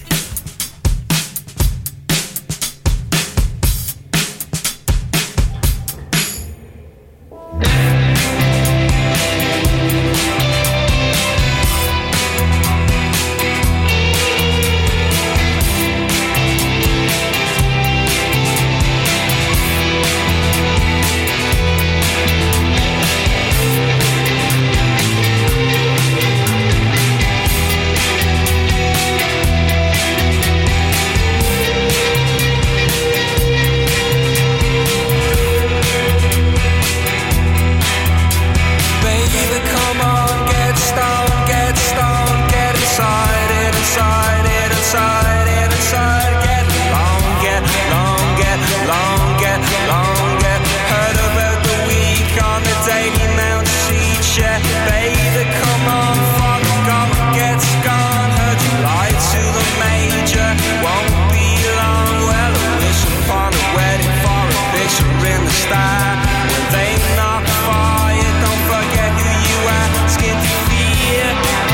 Baby, come on, get stoned, get stoned, get inside it, inside it, inside it, inside. Get long, get long, get long, get long, get. Heard about the week on the Daily Mount Seach, yeah. Baby, come on, fuck off, get gone. Heard you lied to the major, won't be long. Well, I wish upon a wedding for a picture in the sky. When they knock fire, don't forget who you are. Skin to fear.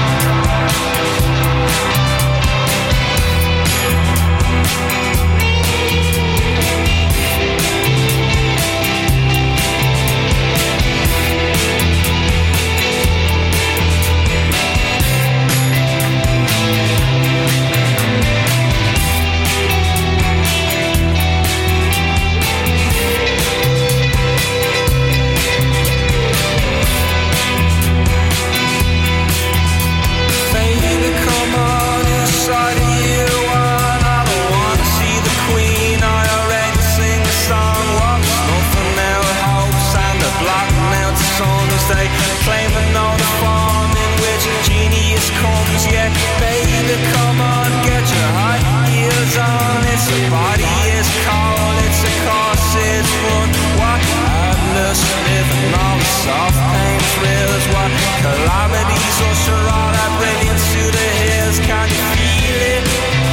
Baby, come on, whose side are you on? I don't wanna see the Queen. I already sing the song. What's nothing now? Hopes and the black mountain suns. They claim to know the form in which genius comes. Yeah, baby, come on, get your high heels on. It's a body, it's cold, it's a course, it's fun. What madness, living all the soft pain thrills. What calamities usher all that brilliance to the hills. Can you feel it?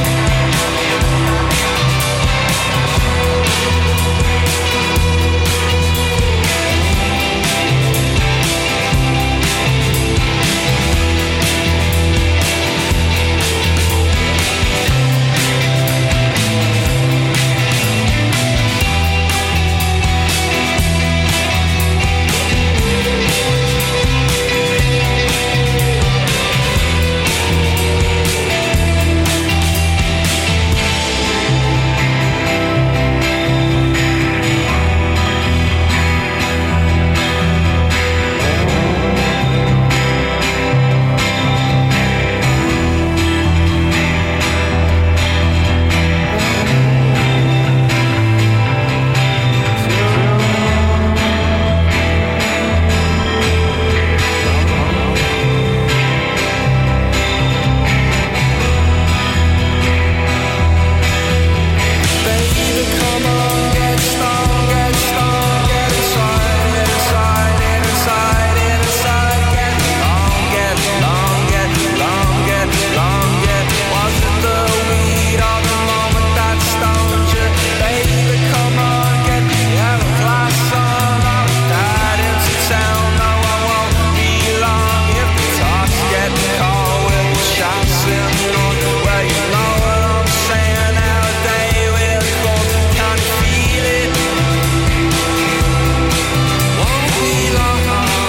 Baby, come on, get stoned, get stoned, get inside it, inside it, inside it, inside. Get long, get long, get long, get long, get. Was it the weed or the moment that stoned you? Baby, come on, get the yellow glass on. I'll ride into town, no, I won't be long. If the talks get cold, we'll be shouting on. Well, you know what I'm saying, how a day will come. Can you feel it? Won't be long.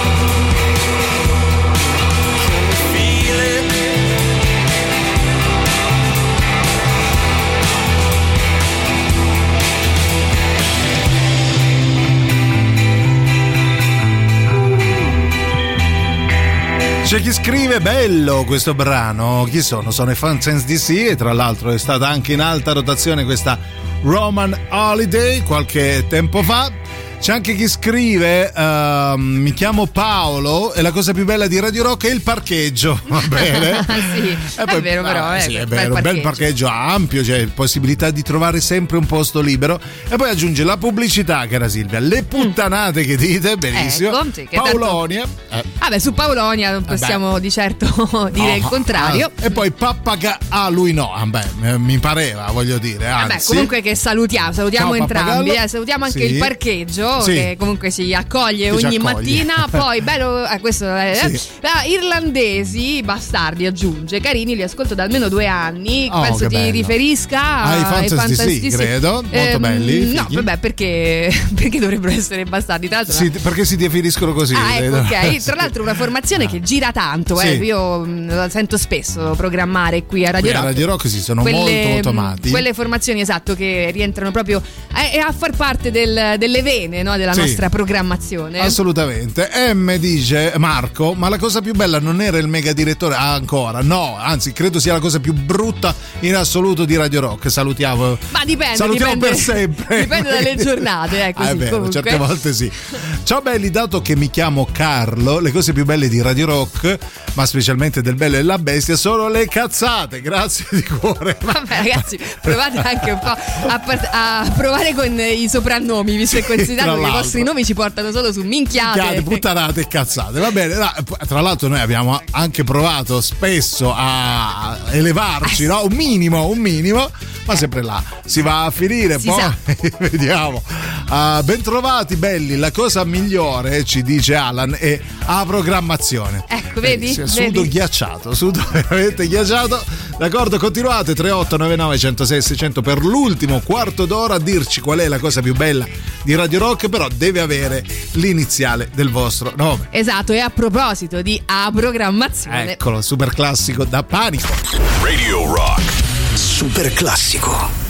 Can you feel it? C'è chi scrive bello questo brano, chi sono? Sono i Fountains D C e tra l'altro è stata anche in alta rotazione questa Roman Holiday qualche tempo fa. C'è anche chi scrive uh, mi chiamo Paolo e la cosa più bella di Radio Rock è il parcheggio. Va bene? Sì, e poi, è vero però, ah, eh, sì, è bel vero, un bel parcheggio ampio, c'è possibilità di trovare sempre un posto libero. E poi aggiunge la pubblicità, cara Silvia, le puttanate mm. che dite, benissimo. Ecco, sì, che Paulonia. Tanto... Eh. Vabbè, su Paulonia non possiamo eh di certo dire oh, il contrario. Ah, e poi Pappaga, ah lui no, vabbè, mi pareva, voglio dire. Anzi. Vabbè, comunque che salutiamo, salutiamo Ciao, entrambi, eh, salutiamo anche sì. il parcheggio sì. che comunque ci accoglie che ogni ci accoglie. mattina. Poi bello, eh, questo è sì. ah, irlandesi bastardi, aggiunge Carini, li ascolto da almeno due anni. Oh, penso ti bello. riferisca ai ai Fantasy, Fantasy sì, credo, molto eh, belli. No, fighi. vabbè, perché perché dovrebbero essere bastardi? Tra l'altro, sì, perché si definiscono così. Ah, ecco, ok. sì. Tra l'altro una formazione che gira tanto, sì. eh. Io la sento spesso programmare qui a Radio qui Rock. A Radio Rock sì, sono quelle, molto automati. Quelle formazioni, esatto, che rientrano proprio a, a far parte del, delle vene, no, della sì. nostra programmazione. Assolutamente. M dice Marco, ma la cosa più bella non era il mega direttore? Ah, ancora, no, anzi credo sia la cosa più brutta in assoluto di Radio Rock. Salutiamo. Ma dipende, salutiamo dipende, per sempre. Dipende dalle giornate, eh, così, ah, è vero, comunque. certe volte sì. Ciao belli, dato che mi chiamo Carlo, le cose più belle di Radio Rock, ma specialmente del Bello e la Bestia, sono le cazzate. Grazie di cuore. Vabbè ragazzi, provate anche un po' a, part- a provare con i soprannomi, visto e considerato che i vostri nomi ci portano solo su minchiate, minchiate puttanate e cazzate. Va bene, tra l'altro noi abbiamo anche provato spesso a elevarci, no? Un minimo, un minimo, ma sempre là si va a finire. Si poi vediamo. Uh, bentrovati belli, la cosa migliore, ci dice Alan, è la programmazione. Ecco, vedi? Eh, sudo ghiacciato, sudo veramente ghiacciato. D'accordo, continuate tre otto nove nove uno zero sei sei zero zero per l'ultimo quarto d'ora a dirci qual è la cosa più bella di Radio Rock, però deve avere l'iniziale del vostro nome. Esatto, e a proposito di a programmazione, eccolo, super classico da panico. Radio Rock super classico.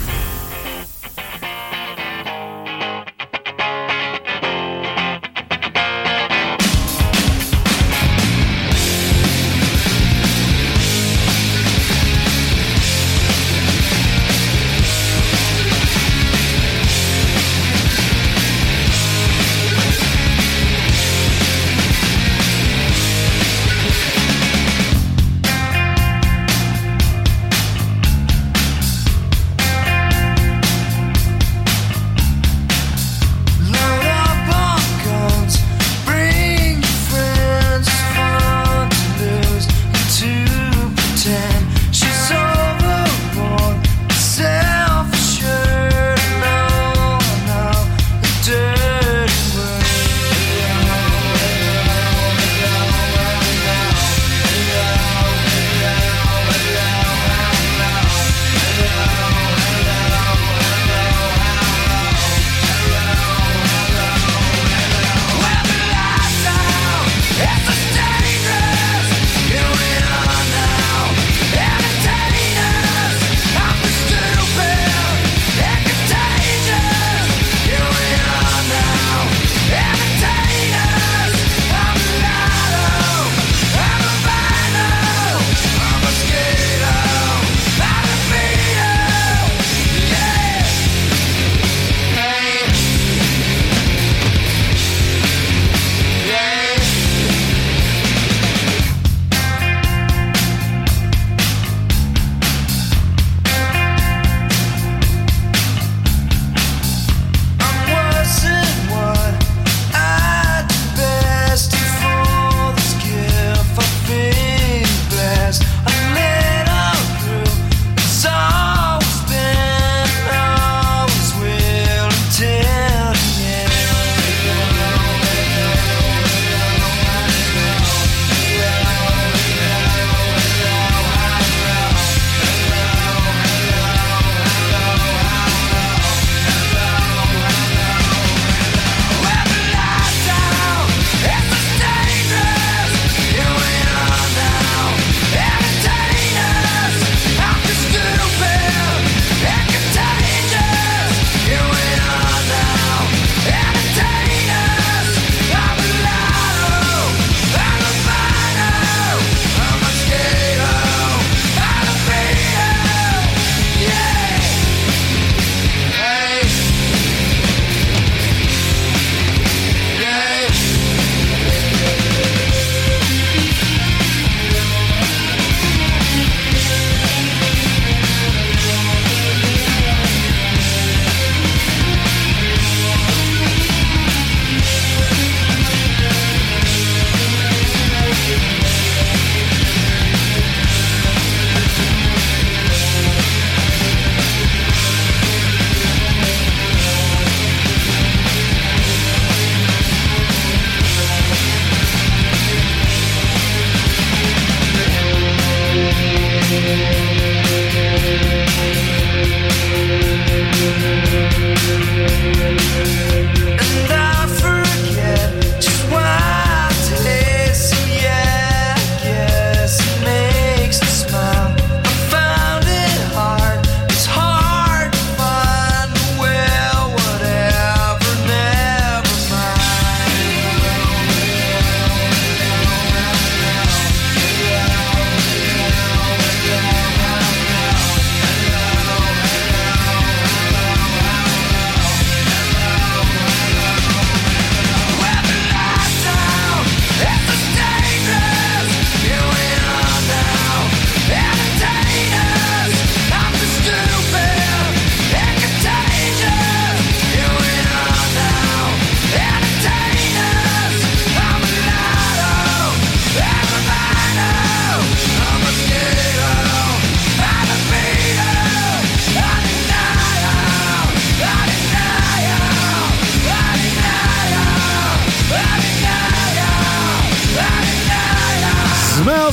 Thank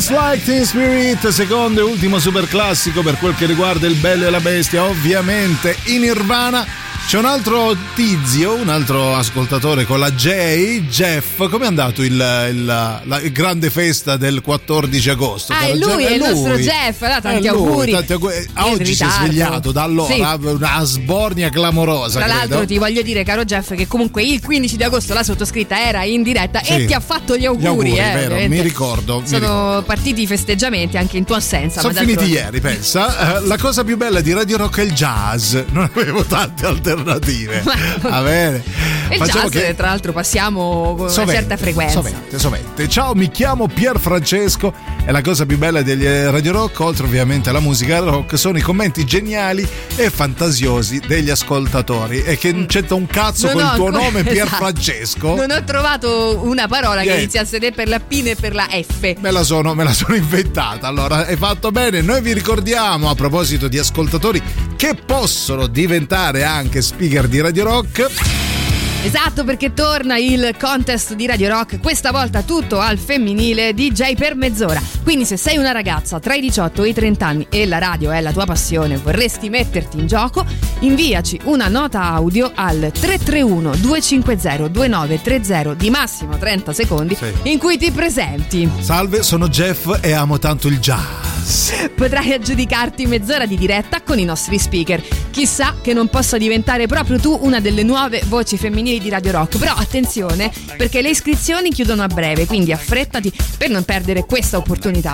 Smells Like Teen Spirit, secondo e ultimo super classico per quel che riguarda Il Bello e la Bestia, ovviamente in Nirvana. C'è un altro tizio, un altro ascoltatore con la J, Jeff. Com'è andato il, il, la, la grande festa del quattordici agosto? Ah, è lui, è, è il lui. nostro Jeff. Allora, tanti è auguri. Lui, tanti auguri. Oggi si è svegliato da allora, sì. Una sbornia clamorosa. Tra credo. l'altro ti voglio dire, caro Jeff, che comunque il quindici di agosto la sottoscritta era in diretta, sì. E ti ha fatto gli auguri. Gli auguri, eh, vero, mi ricordo. Sono mi ricordo. partiti i festeggiamenti anche in tua assenza. Sono ma finiti ieri, pensa. La cosa più bella di Radio Rock è il jazz. Non avevo tante alternative. Ma a bene. E il jazz, che... tra l'altro, passiamo con sovente, una certa frequenza. Sovente, sovente. Ciao, mi chiamo Pier Francesco e la cosa più bella degli Radio Rock, oltre ovviamente alla musica rock, sono i commenti geniali e fantasiosi degli ascoltatori. E che non c'entra un cazzo non con il tuo ancora, nome, Pier esatto. Francesco. Non ho trovato una parola yeah. che iniziasse né per la P né per la F. Me la sono, me la sono inventata. Allora, hai fatto bene. Noi vi ricordiamo, a proposito di ascoltatori che possono diventare anche speaker di Radio Rock. Esatto, perché torna il contest di Radio Rock, questa volta tutto al femminile, D J per mezz'ora. Quindi se sei una ragazza tra i diciotto e i trenta anni e la radio è la tua passione, vorresti metterti in gioco, inviaci una nota audio al tre tre uno due cinque zero due nove tre zero di massimo trenta secondi sì. in cui ti presenti. Salve, sono Jeff e amo tanto il jazz. Potrai aggiudicarti mezz'ora di diretta con i nostri speaker. Chissà che non possa diventare proprio tu una delle nuove voci femminili di Radio Rock. Però attenzione, perché le iscrizioni chiudono a breve, quindi affrettati per non perdere questa opportunità.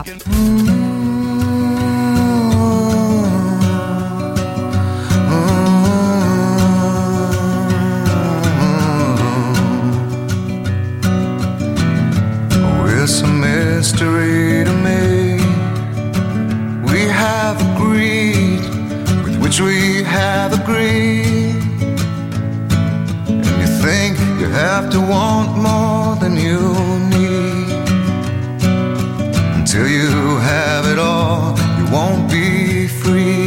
It's a mystery to me. We have agreed with which we have agreed. And you think you have to want more than you need. Until you have it all, you won't be free.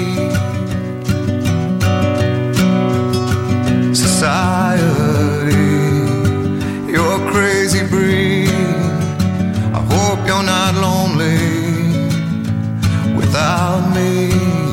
Society, you're a crazy breed. I hope you're not lonely without me.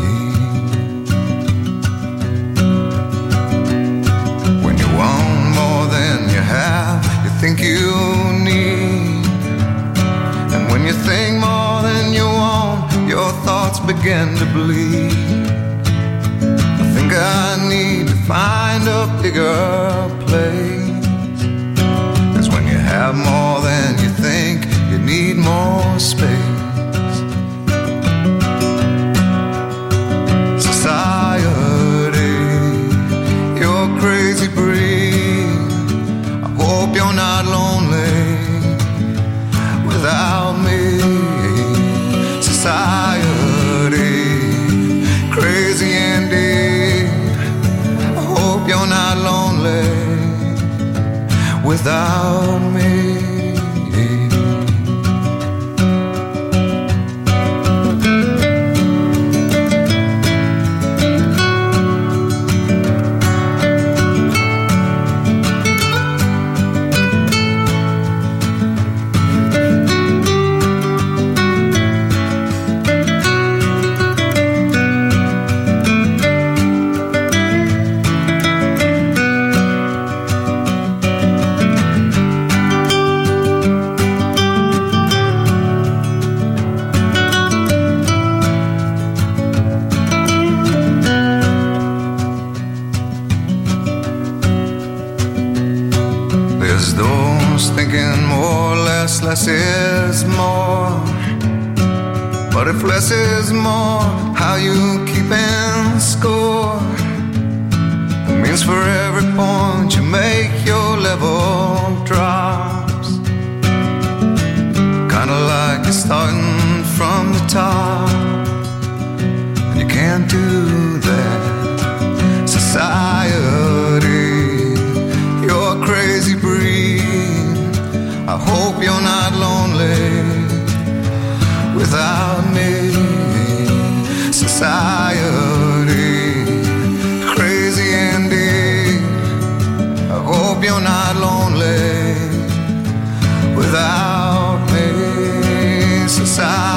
When you want more than you have, you think you need. And when you think more than you want, your thoughts begin to bleed. I think I need to find a bigger place. 'Cause when you have more than you think, you need more space. Society, you're a crazy breed. I hope you're not lonely without me. Society, crazy indeed. I hope you're not lonely without me. Less is more, but if less is more, how you keeping score? It means for every point you make, your level drops. Kinda like you're starting from the top, and you can't do that. Society, you're a crazy breed. I hope you're not lonely without me. Society, crazy indeed. I hope you're not lonely without me. Society.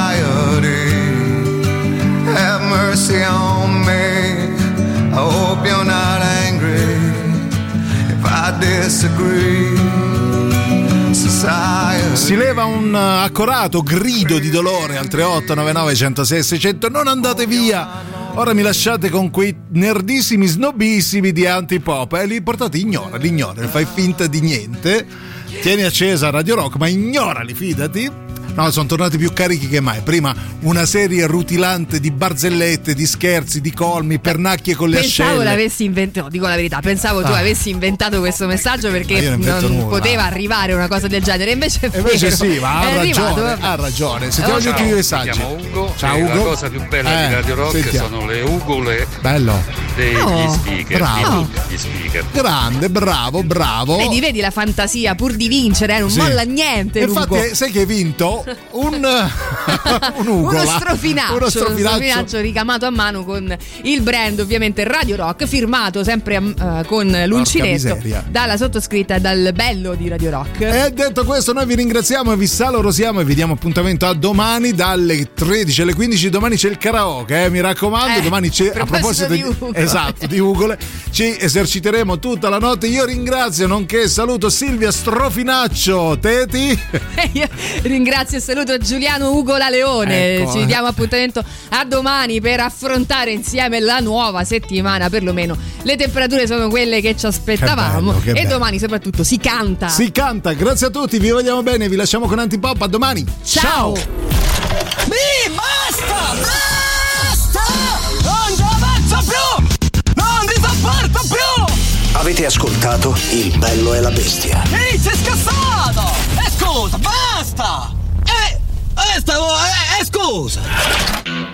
mercy on me. I hope you're not angry if I disagree. Society. Si leva un accorato grido di dolore al tre otto nove nove uno zero sei sei zero zero. Non andate via. Ora mi lasciate con quei nerdissimi snobissimi di Antipop e li portate, ignora, li ignora, fai finta di niente. Tieni accesa Radio Rock, ma ignorali, fidati. No, sono tornati più carichi che mai. Prima una serie rutilante di barzellette, di scherzi, di colmi, pernacchie con le pensavo ascelle. l'avessi inventato, no, dico la verità, pensavo tu Ah. avessi inventato questo messaggio perché Ma io non invento non nulla. poteva arrivare una cosa del genere, invece è E invece vero, sì, ma è ha arrivato, ragione, vabbè. ha ragione. Sentiamo gli Ciao, ultimi mi messaggi. chiamo Ugo. Ciao e Ugo. La cosa più bella Eh, di Radio Rock sentiamo. sono le ugole Bello. degli Oh, speaker. bravo. di- Gli speaker. Grande, bravo, bravo. Vedi, vedi la fantasia pur di vincere, eh, non Sì. molla niente. Infatti, Lugo. eh, sai che hai vinto? Un, un ugola. Uno strofinaccio, Uno strofinaccio. strofinaccio ricamato a mano con il brand ovviamente Radio Rock, firmato sempre eh, con l'uncinetto miseria. dalla sottoscritta e dal bello di Radio Rock. E detto questo, noi vi ringraziamo e vi salorosiamo e vi diamo appuntamento a domani dalle tredici alle quindici. Domani c'è il karaoke, eh, mi raccomando. Eh, domani c'è, a a proposito proposito di ugole. esatto, di ugole, ci eserciteremo tutta la notte. Io ringrazio, nonché saluto Silvia Strofinaccio. Teti. E io ringrazio e saluto Giuliano Ugola Leone. Ecco. Ci diamo appuntamento a domani per affrontare insieme la nuova settimana. Perlomeno le temperature sono quelle che ci aspettavamo. Che bello, che e bello. domani soprattutto si canta. Si canta, grazie a tutti, vi vogliamo bene, vi lasciamo con Antipop, a domani. Ciao. Mi basta! Basta! Non ci avanzo più! Non ti sopporto più! Avete ascoltato Il Bello e la Bestia. Ehi, sei scassato! E scusa, basta! Eh, eh, stavo... Eh, eh, scusa!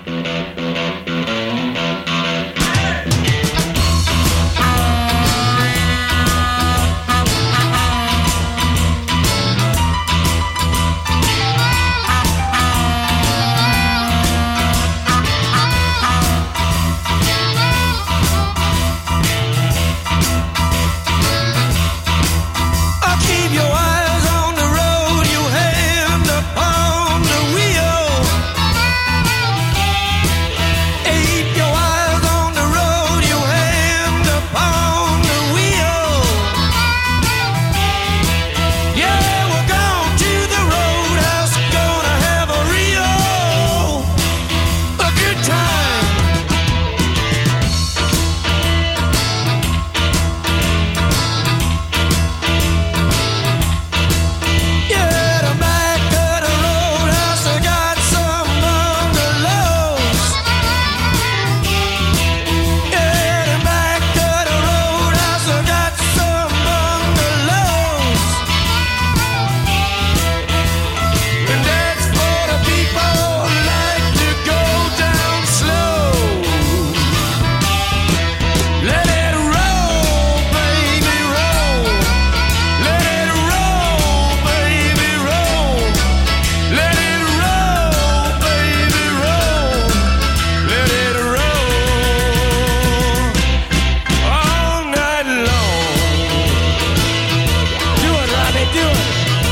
I'll keep your eyes on the road, your hand upon the wheel. Keep your eyes on the road, your hand upon the wheel. Yeah, we're going to the roadhouse, gonna have a real a good time. Yeah, the back of the roadhouse, I got some bungalows. Yeah, the back of the roadhouse, I got some bungalows. And that's for the people who like to go down slow. Let it roll, baby, roll. Let it roll, baby, roll. Let it roll, baby, roll. Let it roll all night long. Do it, Robbie, do it.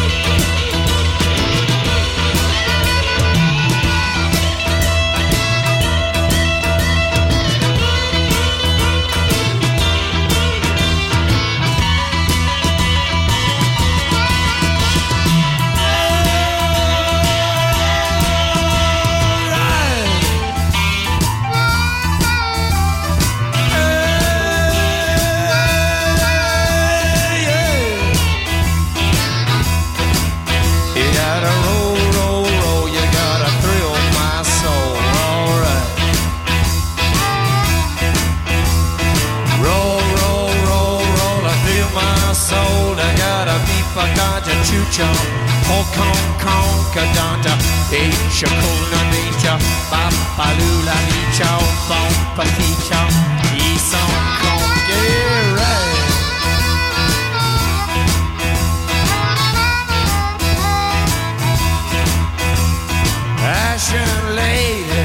You gotta roll, roll, roll. You gotta thrill my soul. All right. Roll, roll, roll, roll. I feel my soul. I gotta be pagata chucha. Hong Kong, Kong, Kadanta. Asia, Kuna, Nature. Papalula, Nicha. Bom, Paticha. East Hong Kong. Yeah, right. Ashen lady,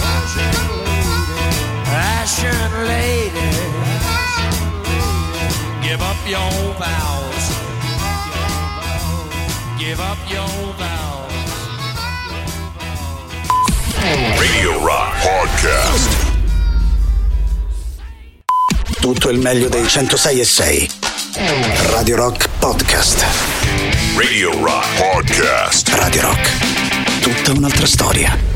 ashen lady, give up your vows, give up your vows. Radio Rock Podcast. tutto il meglio dei centosei e sei. Radio Rock Podcast. Radio Rock Podcast. Radio Rock. Tutta un'altra storia.